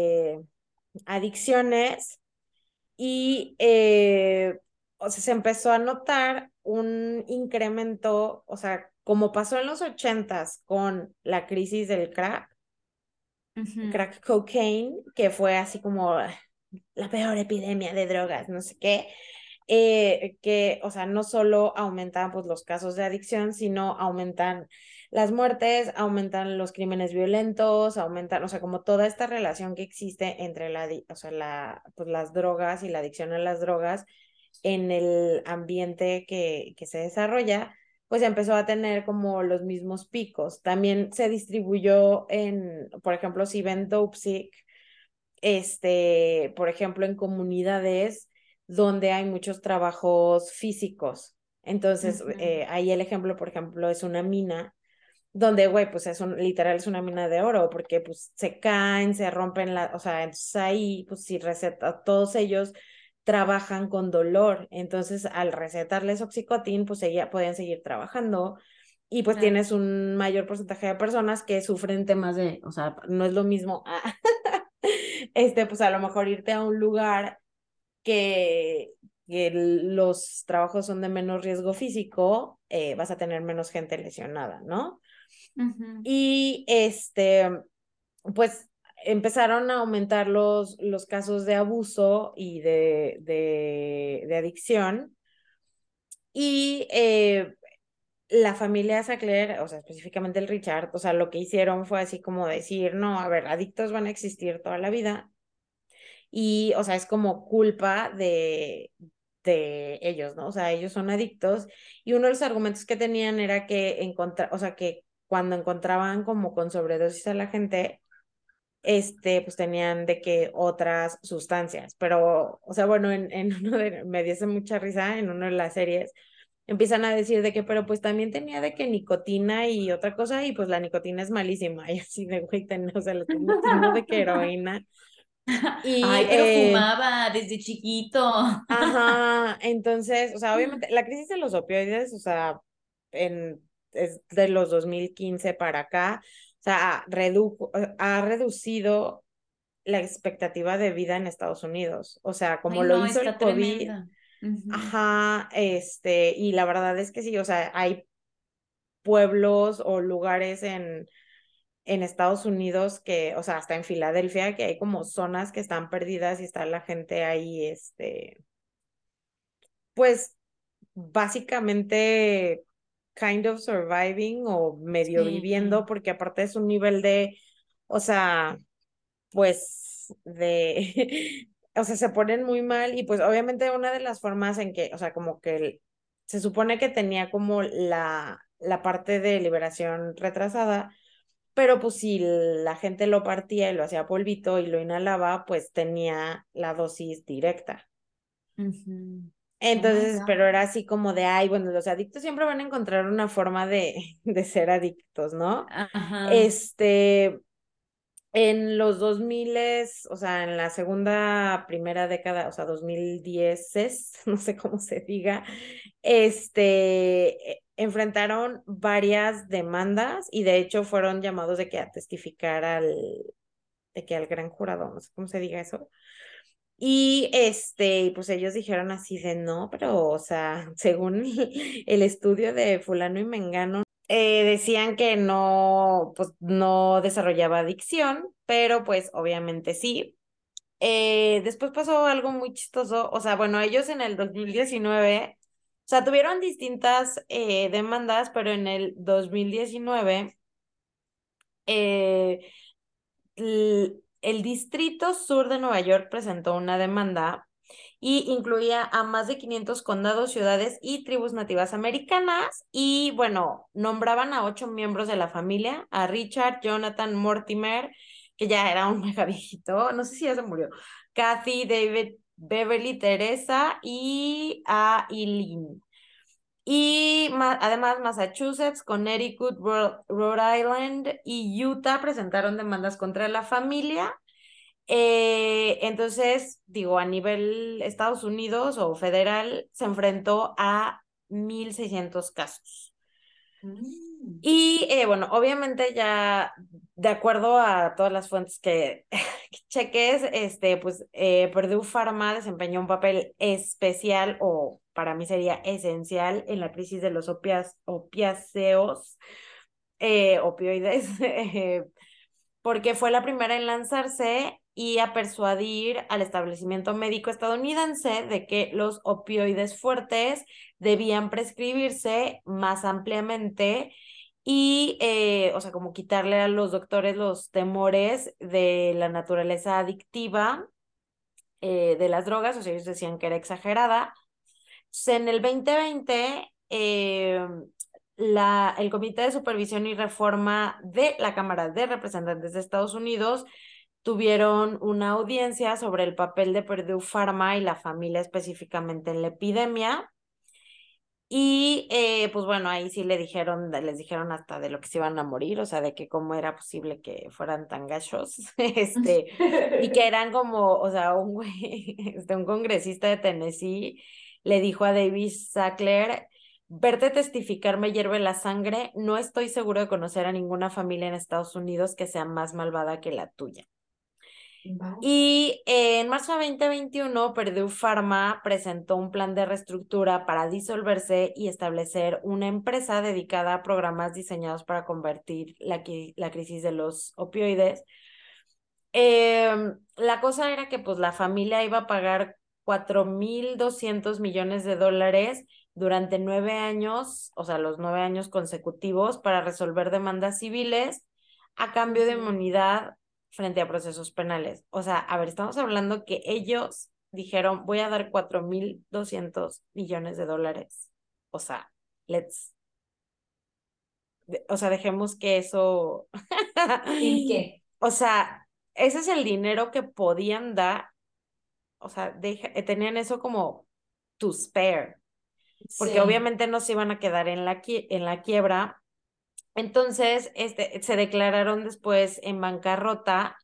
adicciones y, o sea, se empezó a notar un incremento, o sea, como pasó en los 80s con la crisis del Ujú. crack cocaine, que fue así como la peor epidemia de drogas, no sé qué, que, o sea, no solo aumentan pues los casos de adicción, sino aumentan las muertes, aumentan los crímenes violentos, aumentan, o sea, como toda esta relación que existe entre o sea, pues las drogas y la adicción a las drogas en el ambiente que se desarrolla, pues empezó a tener como los mismos picos. También se distribuyó por ejemplo, si ven Dopesick, por ejemplo, en comunidades donde hay muchos trabajos físicos. Entonces, Ujú. ahí el ejemplo, por ejemplo, es una mina donde, güey, pues literal es una mina de oro, porque pues se caen, se rompen o sea, entonces ahí, pues si receta, todos ellos trabajan con dolor, entonces al recetarles oxicotin, pues pueden seguir trabajando y pues Claro. tienes un mayor porcentaje de personas que sufren temas o sea, no es lo mismo, pues a lo mejor irte a un lugar que, que los trabajos son de menos riesgo físico, vas a tener menos gente lesionada, ¿no? Ujú. Y pues empezaron a aumentar los casos de abuso y de adicción. Y la familia Sackler, o sea, específicamente el Richard, o sea, lo que hicieron fue así como decir, no, a ver, adictos van a existir toda la vida. Y, o sea, es como culpa de ellos, ¿no? O sea, ellos son adictos. Y uno de los argumentos que tenían era que o sea, que cuando encontraban como con sobredosis a la gente, pues tenían de que otras sustancias. Pero, o sea, bueno, me dio mucha risa en una de las series, empiezan a decir de que, pero pues también tenía de que nicotina y otra cosa, y pues la nicotina es malísima. Y así de, güey, o sea, le estás metiendo de que heroína. Y, Ay, pero fumaba desde chiquito. ajá, entonces, o sea, obviamente, la crisis de los opioides, o sea, es de los 2015 para acá, o sea, ha reducido la expectativa de vida en Estados Unidos. O sea, como Ay, lo no, hizo el está COVID, tremenda. Ujú. ajá, y la verdad es que sí, o sea, hay pueblos o lugares en Estados Unidos que, o sea, hasta en Filadelfia, que hay como zonas que están perdidas y está la gente ahí, pues básicamente kind of surviving o medio viviendo, Sí. porque aparte es un nivel o sea, pues o sea, se ponen muy mal y pues obviamente una de las formas en que, o sea, como que se supone que tenía como la parte de liberación retrasada, pero pues si la gente lo partía y lo hacía polvito y lo inhalaba, pues tenía la dosis directa. Ujú. Oh my Entonces, pero God. era así como de, ay, bueno, los adictos siempre van a encontrar una forma de ser adictos, ¿no? Ajá. Este, en los 2000, o sea, en la primera década, o sea, 2010, no sé cómo se diga, enfrentaron varias demandas y de hecho fueron llamados de que a testificar de que al gran jurado, no sé cómo se diga eso. Y pues ellos dijeron así de no, pero, o sea, según el estudio de fulano y mengano, decían que no, pues no desarrollaba adicción, pero pues obviamente sí. Después pasó algo muy chistoso, o sea, bueno, ellos en el 2019, o sea, tuvieron distintas demandas, pero en el 2019, eh, el Distrito Sur de Nueva York presentó una demanda y incluía a más de 500 condados, ciudades y tribus nativas americanas y bueno, nombraban a 8 miembros de la familia, a Richard, Jonathan, Mortimer, que ya era un mega viejito, no sé si ya se murió, Kathy, David, Beverly, Teresa y a Eileen. Y además Massachusetts, Connecticut, Rhode Island y Utah presentaron demandas contra la familia. Entonces, digo, a nivel Estados Unidos o federal, se enfrentó a 1,600 casos. Y bueno, obviamente ya de acuerdo a todas las fuentes que cheques, pues Purdue Pharma desempeñó un papel especial o para mí sería esencial en la crisis de los opiáceos, opioides, porque fue la primera en lanzarse y a persuadir al establecimiento médico estadounidense de que los opioides fuertes debían prescribirse más ampliamente y, o sea, como quitarle a los doctores los temores de la naturaleza adictiva de las drogas, o sea, ellos decían que era exagerada. Entonces, en el 2020, el Comité de Supervisión y Reforma de la Cámara de Representantes de Estados Unidos tuvieron una audiencia sobre el papel de Purdue Pharma y la familia específicamente en la epidemia. Y pues bueno, ahí sí les dijeron hasta de lo que se iban a morir, o sea, de que cómo era posible que fueran tan gachos, y que eran como, o sea, un güey, un congresista de Tennessee le dijo a David Sackler, verte testificar me hierve la sangre, no estoy seguro de conocer a ninguna familia en Estados Unidos que sea más malvada que la tuya. Y en marzo de 2021, Purdue Pharma presentó un plan de reestructura para disolverse y establecer una empresa dedicada a programas diseñados para convertir la crisis de los opioides. La cosa era que pues la familia iba a pagar 4,200 millones de dólares durante 9 años, o sea, los 9 años consecutivos para resolver demandas civiles a cambio de inmunidad frente a procesos penales. O sea, a ver, estamos hablando que ellos dijeron, voy a dar 4,200 millones de dólares. O sea, dejemos que eso... ¿En qué? O sea, ese es el dinero que podían dar, o sea, tenían eso como to spare, porque Sí. obviamente no se iban a quedar en la quiebra. Entonces, se declararon después en bancarrota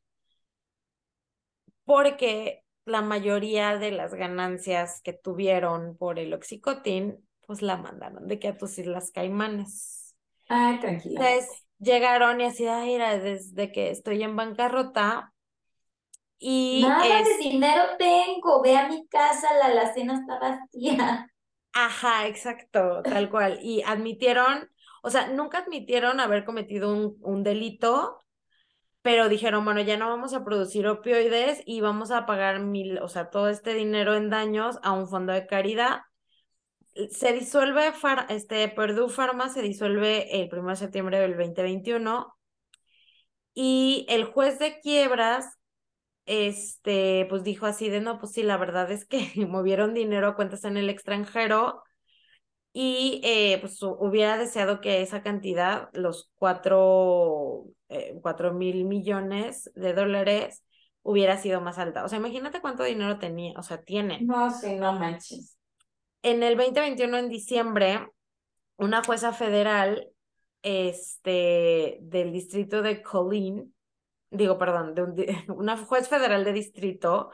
porque la mayoría de las ganancias que tuvieron por el Oxycontin, pues la mandaron de que a tus Islas Caimanes. Ay, tranquilamente. Entonces, llegaron y así, ay, mira, desde que estoy en bancarrota y Nada de dinero tengo, ve a mi casa, la alacena está vacía. Ajá, exacto, tal cual. Y admitieron, o sea, nunca admitieron haber cometido un delito, pero dijeron, bueno, ya no vamos a producir opioides y vamos a pagar o sea, todo este dinero en daños a un fondo de caridad. Se disuelve, Purdue Pharma se disuelve el 1 de septiembre del 2021 y el juez de quiebras, pues dijo así de, no, pues sí, la verdad es que movieron dinero a cuentas en el extranjero y pues hubiera deseado que esa cantidad, los 4,000 millones de dólares, hubiera sido más alta. O sea, imagínate cuánto dinero tenía, o sea, tiene. No, sí, no manches. En el 2021 en diciembre, una jueza federal, del distrito de Colleen, digo, perdón, una juez federal de distrito,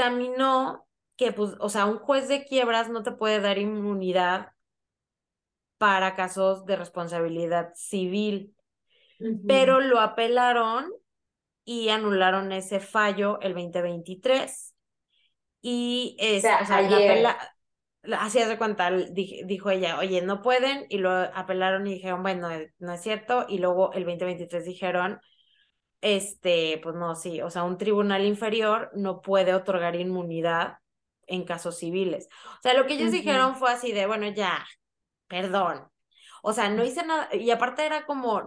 dictaminó que, pues, o sea, un juez de quiebras no te puede dar inmunidad para casos de responsabilidad civil, Ujú. pero lo apelaron y anularon ese fallo el 2023. Y O sea, o sea, ayer. así de cuenta, dijo ella, oye, no pueden, y lo apelaron y dijeron, bueno, no es cierto, y luego el 2023 dijeron, pues no, sí, o sea, un tribunal inferior no puede otorgar inmunidad en casos civiles. O sea, lo que ellos Ujú. dijeron fue así de, bueno, ya, perdón. O sea, no hice nada, y aparte era como,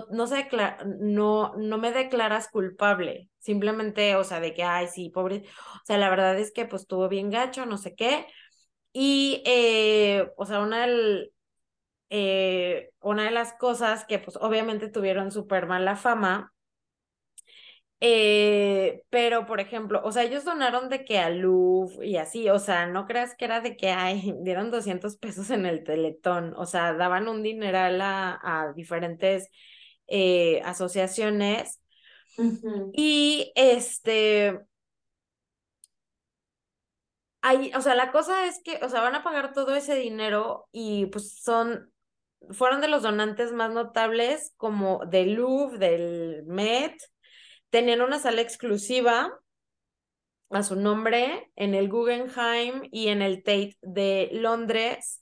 no me declaras culpable, simplemente, o sea, de que, ay, sí, pobre, o sea, la verdad es que pues estuvo bien gacho, no sé qué, y, o sea, una de las cosas que pues obviamente tuvieron súper mala fama, pero, por ejemplo, o sea, ellos donaron de que a Louvre y así, o sea, no creas que era de que, ay, dieron 200 pesos en el Teletón, o sea, daban un dineral a diferentes asociaciones Ujú. y o sea, la cosa es que, o sea, van a pagar todo ese dinero y pues fueron de los donantes más notables como del Louvre, del Met, tenían una sala exclusiva a su nombre en el Guggenheim y en el Tate de Londres.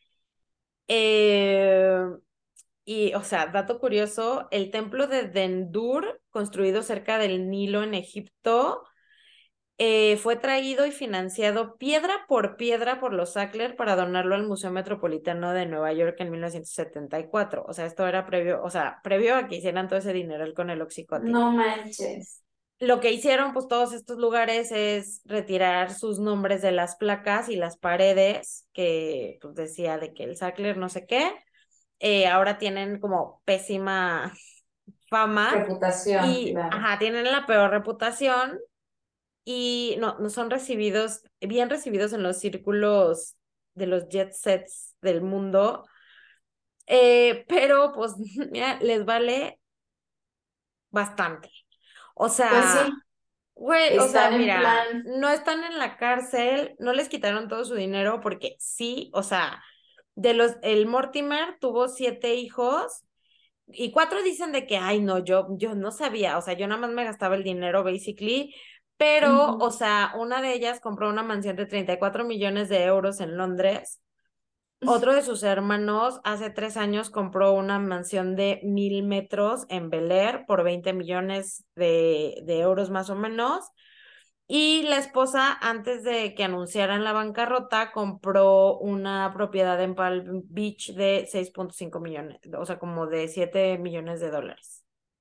Eh, y, o sea, dato curioso, el templo de Dendur, construido cerca del Nilo en Egipto, fue traído y financiado piedra por piedra por los Sackler para donarlo al Museo Metropolitano de Nueva York en 1974. O sea, esto era previo, o sea, previo a que hicieran todo ese dinero con el Oxycontin. No manches. Lo que hicieron, pues, todos estos lugares es retirar sus nombres de las placas y las paredes que, pues, decía de que el Sackler no sé qué. Ahora tienen como pésima fama Reputación, y, claro. ajá, tienen la peor reputación y no son bien recibidos en los círculos de los jet sets del mundo, pero pues, mira, les vale bastante. O Pues sea, sí, güey, o sea, están en mira, plan. no están en la cárcel, no les quitaron todo su dinero porque sí, o sea, el Mortimer tuvo 7 hijos y 4 dicen de que, ay, no, yo no sabía, o sea, yo nada más me gastaba el dinero, basically, pero, o Ujú. sea, una de ellas compró una mansión de 34 millones de euros en Londres. Otro de sus hermanos hace 3 años compró una mansión de 1,000 metros en Bel Air por 20 millones de euros más o menos. Y la esposa, antes de que anunciaran la bancarrota, compró una propiedad en Palm Beach de 6,5 millones, o sea, como de 7 millones de dólares.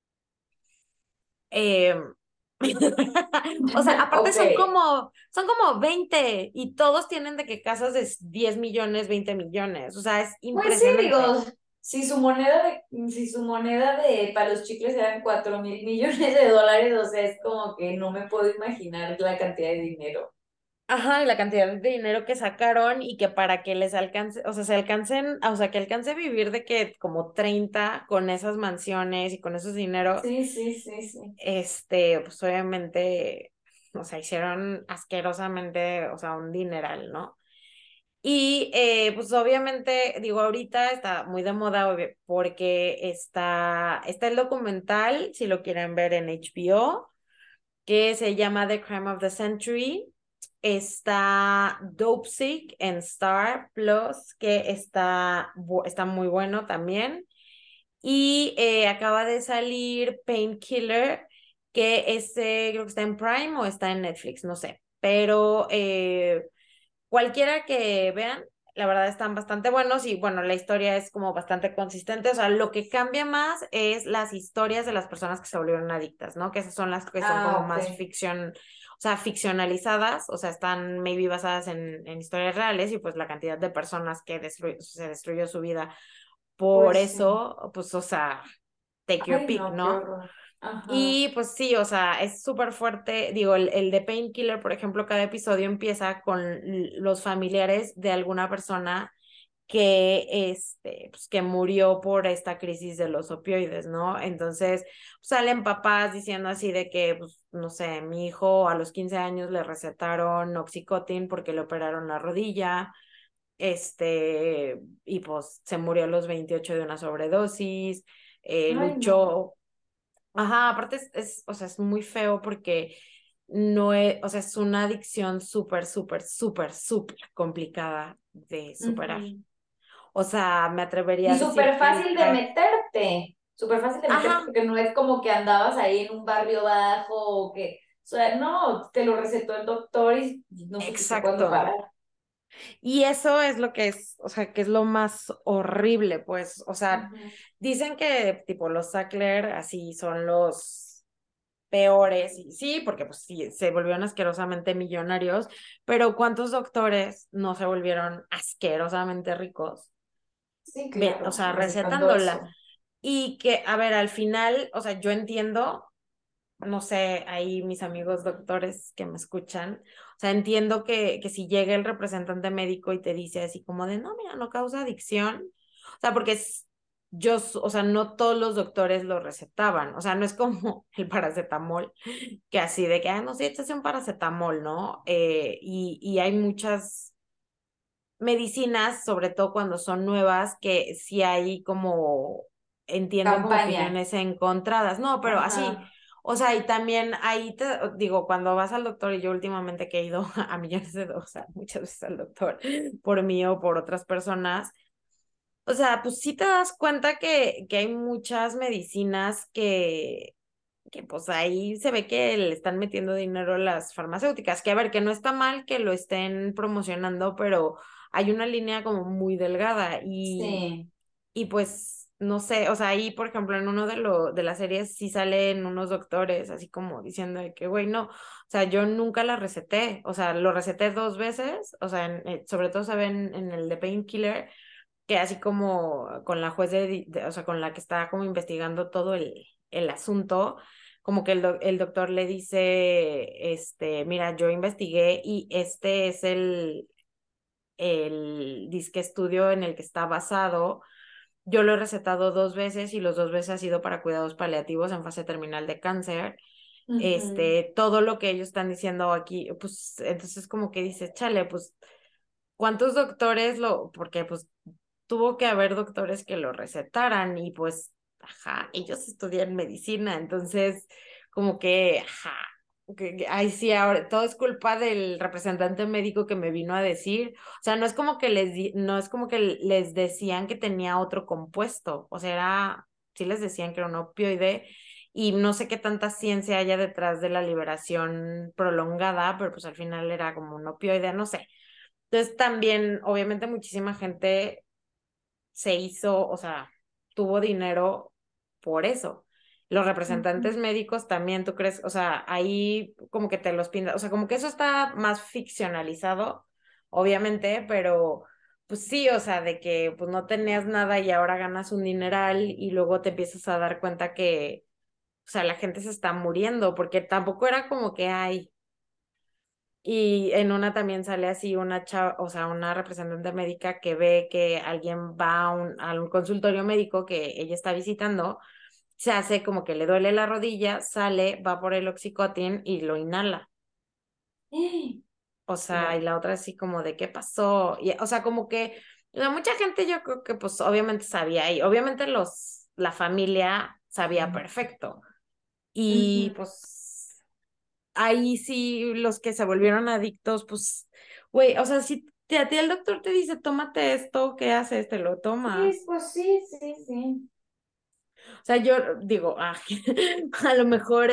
Eh, o sea, aparte Ok. son como 20 y todos tienen de que casas de 10 millones, 20 millones. O sea, es Pues sí, impresionante. digo, si su moneda de para los chicles eran 4.000 millones de dólares, o sea, es como que no me puedo imaginar la cantidad de dinero. Ajá, y la cantidad de dinero que sacaron y que para que les alcance, o sea, o sea, que alcance a vivir de que como 30 con esas mansiones y con esos dineros, Sí, sí, sí, sí. pues obviamente, o sea, hicieron asquerosamente, o sea, un dineral, ¿no? Y pues obviamente, digo, ahorita está muy de moda porque está el documental, si lo quieren ver en HBO, que se llama The Crime of the Century. Está Dopesick en Star Plus, que está muy bueno también. Y acaba de salir Painkiller, que creo que está en Prime o está en Netflix, no sé. Pero cualquiera que vean, la verdad están bastante buenos y bueno, la historia es como bastante consistente. O sea, lo que cambia más es las historias de las personas que se volvieron adictas, ¿no? Que esas son las que son como Ah, más ok. ficción, o sea, ficcionalizadas, o sea, están maybe basadas en historias reales y pues la cantidad de personas que se destruyó su vida por Pues sí. eso, pues, o sea, take your Ay, pick, no, qué ¿no? horror. Ajá. Y pues sí, o sea, es súper fuerte. Digo, el de Painkiller, por ejemplo, cada episodio empieza con los familiares de alguna persona pues, que murió por esta crisis de los opioides, ¿no? Entonces, salen papás diciendo así de que, pues, no sé, mi hijo a los 15 años le recetaron Oxycontin porque le operaron la rodilla. y pues se murió a los 28 de una sobredosis, Ay, no. luchó. Ajá, aparte o sea, es muy feo porque no es, o sea, es una adicción súper, súper, súper, súper complicada de superar. Ujú. O sea, me atrevería Y a decir que súper fácil de meterte ajá, porque no es como que andabas ahí en un barrio bajo o que, o sea, no, te lo recetó el doctor y no supiste cuándo exacto. parar. Y eso es lo que es, o sea, que es lo más horrible, pues, o sea, Ujú. dicen que tipo los Sackler así son los peores, y sí, porque pues sí, se volvieron asquerosamente millonarios, pero ¿cuántos doctores no se volvieron asquerosamente ricos? Sí, O claro, sea, recetando recetándola. eso. Y que, a ver, al final, o sea, yo entiendo, no sé, ahí mis amigos doctores que me escuchan, o sea, entiendo que si llega el representante médico y te dice así como de, no, mira, no causa adicción, o sea, porque o sea, no todos los doctores lo recetaban, o sea, no es como el paracetamol, que así de que, ah, no, sí, échase un paracetamol, ¿no? Y hay muchas medicinas, sobre todo cuando son nuevas, que sí hay como, entiendo como Campaña. opiniones encontradas, no, pero así, Ajá. o sea, y también ahí te digo, cuando vas al doctor, y yo últimamente que he ido a millones o sea, muchas veces al doctor, por mí o por otras personas, o sea, pues sí te das cuenta que hay muchas medicinas que pues ahí se ve que le están metiendo dinero las farmacéuticas, que a ver, que no está mal que lo estén promocionando, pero hay una línea como muy delgada Sí. y pues no sé, o sea, ahí por ejemplo en uno de las series sí salen unos doctores así como diciendo de que, güey, no, o sea, yo nunca la receté, o sea, lo receté 2 veces, o sea, sobre todo se ven en el de Painkiller, que así como con la juez o sea, con la que está como investigando todo el asunto, como que el doctor le dice, mira, yo investigué y este es el disque estudio en el que está basado. Yo lo he recetado 2 veces y los 2 veces ha sido para cuidados paliativos en fase terminal de cáncer. Ujú. Todo lo que ellos están diciendo aquí, pues entonces como que dice, chale, pues ¿cuántos doctores porque pues tuvo que haber doctores que lo recetaran y pues, ajá, ellos estudian medicina, entonces como que, ajá, ay sí, ahora todo es culpa del representante médico que me vino a decir, o sea, no es como que no es como que les decían que tenía otro compuesto, o sea, sí les decían que era un opioide y no sé qué tanta ciencia haya detrás de la liberación prolongada, pero pues al final era como un opioide, no sé. Entonces también, obviamente, muchísima gente se hizo, o sea, tuvo dinero por eso. Los representantes Ujú. médicos también, ¿tú crees? O sea, ahí como que te los pinta, o sea, como que eso está más ficcionalizado, obviamente, pero pues sí, o sea, de que pues no tenías nada y ahora ganas un dineral y luego te empiezas a dar cuenta que, o sea, la gente se está muriendo, porque tampoco era como que hay. Y en una también sale así una chava, o sea, una representante médica que ve que alguien va a un consultorio médico que ella está visitando, se hace como que le duele la rodilla, sale, va por el oxicotin y lo inhala. O sea, y No. la otra así como de qué pasó. Y, o sea, como que mucha gente yo creo que pues obviamente sabía y obviamente la familia sabía perfecto. Y Ujú. pues ahí sí los que se volvieron adictos, pues, güey, o sea, si a ti el doctor te dice, tómate esto, ¿qué haces? Te lo Sí, tomas. pues sí, sí, sí. O sea, yo digo, a lo mejor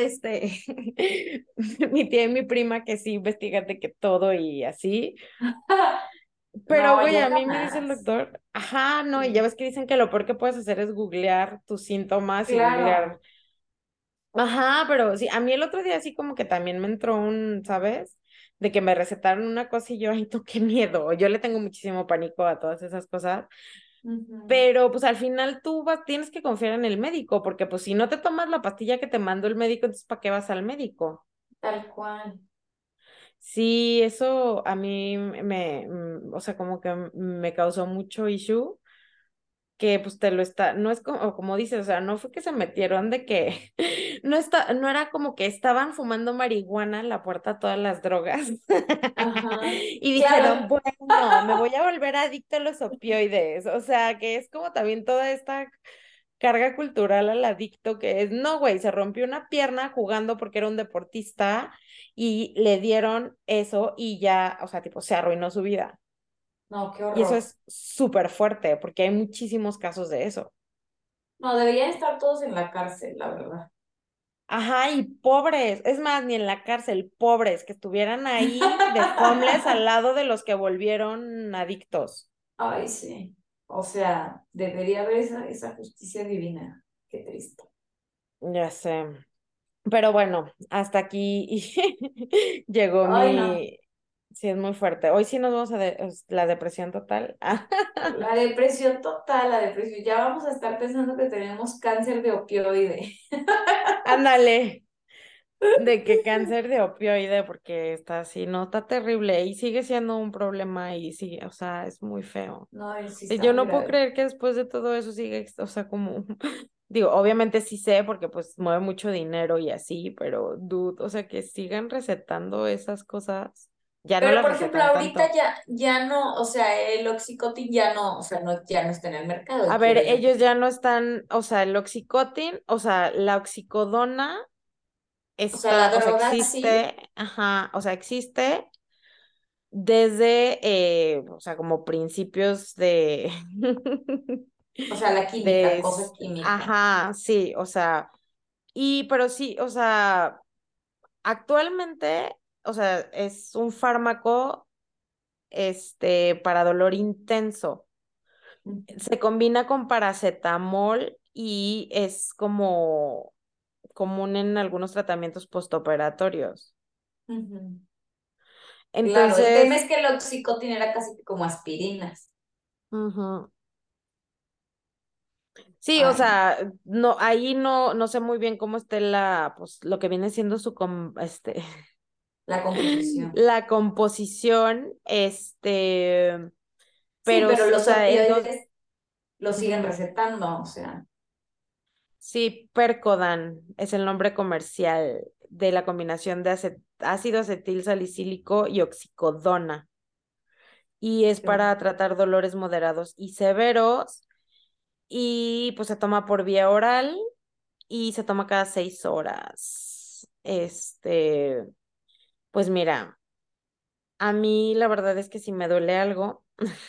mi tía y mi prima que sí investigan de que todo y así, pero No, güey, yo a mí me dice el jamás. doctor, ajá, no, y ya Sí. ves que dicen que lo peor que puedes hacer es googlear tus síntomas y googlear. Claro. Ajá, pero sí, a mí el otro día así como que también me entró ¿sabes? De que me recetaron una cosa y yo, ay, tú, qué miedo. Yo le tengo muchísimo pánico a todas esas cosas, Ujú. pero pues al final tú tienes que confiar en el médico, porque pues si no te tomas la pastilla que te mandó el médico, entonces ¿para qué vas al médico? Tal cual. Sí, eso a mí o sea, como que me causó mucho issue que pues te lo está, no es como dices, o sea, no fue que se metieron de que, no era como que estaban fumando marihuana en la puerta a todas las drogas Ajá, y dijeron, claro. bueno, me voy a volver adicto a los opioides, o sea, que es como también toda esta carga cultural al adicto que es, no, güey, se rompió una pierna jugando porque era un deportista y le dieron eso y ya, o sea, tipo, se arruinó su vida. No, qué Y eso horror. es súper fuerte porque hay muchísimos casos de eso. No, deberían estar todos en la cárcel, la verdad. Ajá, y pobres, es más, ni en la cárcel, pobres, que estuvieran ahí de homeless al lado de los que volvieron adictos. Ay, sí. O sea, debería haber esa justicia divina. Qué triste. Ya sé. Pero bueno, hasta aquí llegó Ay, no. mi... Sí, es muy fuerte. Hoy sí nos vamos a la depresión total. La depresión total, la depresión. Ya vamos a estar pensando que tenemos cáncer de opioide. Ándale, de que cáncer de opioide, porque está así, no, está terrible y sigue siendo un problema y sigue, o sea, es muy feo. No, y sí Y está yo muy no puedo grave. creer que después de todo eso siga, o sea, como, digo, obviamente sí sé porque pues mueve mucho dinero y así, pero dude, o sea, que sigan recetando esas cosas, ya no Pero, las por ejemplo, recetan ahorita tanto. ya no, o sea, el Oxycontin ya no, o sea, no, ya no está en el mercado, A ver, quiero yo ellos creer. ya no están, o sea, el oxicotin, o sea, la oxicodona O sea, la está, o sea, droga sí, existe, ajá, o sea, existe desde, o sea, como principios de, o sea, la química, de, cosa química. ajá, sí, o sea, pero sí, o sea, actualmente, o sea, es un fármaco, para dolor intenso. Se combina con paracetamol y es como común en algunos tratamientos postoperatorios. Ujú. Claro, el tema Entonces, es que el Oxycontin era casi que como aspirinas. ujú. Sí, o Ay, no. sea, no, ahí no sé muy bien cómo esté pues, lo que viene siendo La composición. la composición, Sí, pero, pero o los sea, opioides lo siguen ujú. recetando, o sea. Sí, Percodan es el nombre comercial de la combinación de ácido acetil salicílico y oxicodona y es para tratar dolores moderados y severos y pues se toma por vía oral y se toma cada 6 horas. Pues mira, a mí la verdad es que si me duele algo,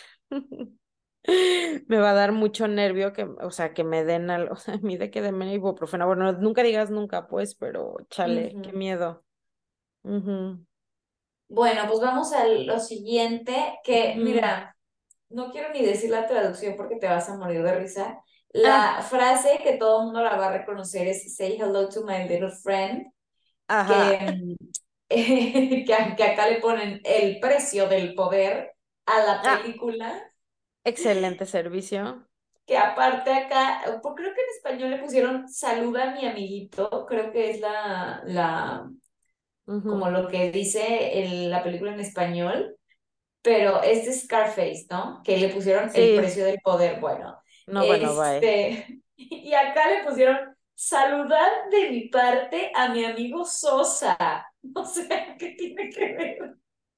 me va a dar mucho nervio que, o sea, que me den algo, o sea, a mí de que denme ibuprofeno. Bueno, nunca digas nunca, pues, pero chale, qué Ujú. miedo. Ujú, Bueno, pues vamos a lo siguiente, que ujú. mira, no quiero ni decir la traducción porque te vas a morir de risa. Ah, La frase que todo el mundo la va a reconocer es Say hello to my little friend, ajá, que, que acá le ponen el precio del poder a la ah, película, excelente servicio. que aparte acá, pues creo que en español le pusieron Saluda a mi amiguito, creo que es como Ujú. lo que dice la película en español. Pero es de Scarface, ¿no? Que le pusieron el Sí, precio del poder. Bueno, no, bueno, bye. y acá le pusieron saludad de mi parte a mi amigo Sosa. O sea, ¿qué tiene que ver?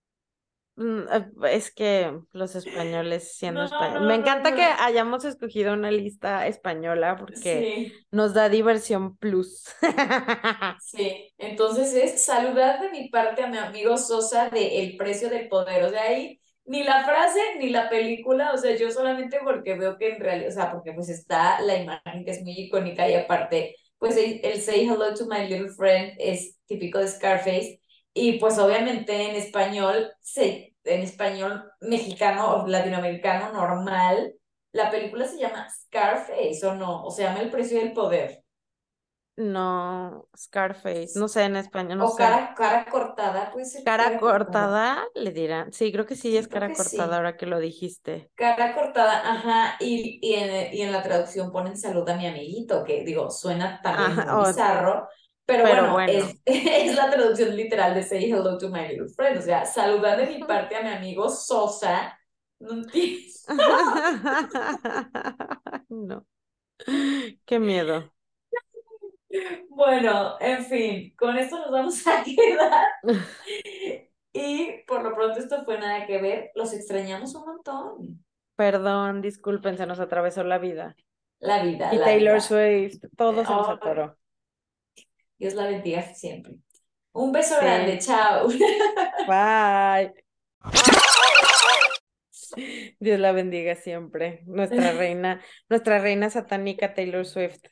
Es que los españoles siendo No, españoles. Me no, no, encanta que no. hayamos escogido una lista española porque Sí, nos da diversión plus. sí. Entonces es saludad de mi parte a mi amigo Sosa de El precio del poder. O sea, ahí ni la frase ni la película, o sea, yo solamente porque veo que en realidad, o sea, porque pues está la imagen que es muy icónica y aparte, pues el Say hello to my little friend es típico de Scarface y pues obviamente en español mexicano o latinoamericano normal, la película se llama Scarface o no, o se llama El precio del poder. No, Scarface, no sé en español, no O sé. cara cortada, puede ser que Cara cara cortada. cortada, le dirán. Sí, creo que sí es Sí, creo cara que cortada sí. ahora que lo dijiste. Cara cortada, ajá, y en la traducción ponen salud a mi amiguito, que digo, suena también Ajá, muy bizarro, pero pero bueno, bueno. es la traducción literal de say hello to my little friend, o sea, saludar de mi parte a mi amigo Sosa, no entiendo. No. Qué miedo. Bueno, en fin, con esto nos vamos a quedar. Y por lo pronto esto fue nada que ver. Los extrañamos un montón. Perdón, disculpen, se nos atravesó la vida. La vida, Y la Taylor vida. Swift, todo se nos Oh, atoró. Dios la bendiga siempre. Un beso grande, Sí. chao. Bye. Dios la bendiga siempre. Nuestra reina satánica Taylor Swift.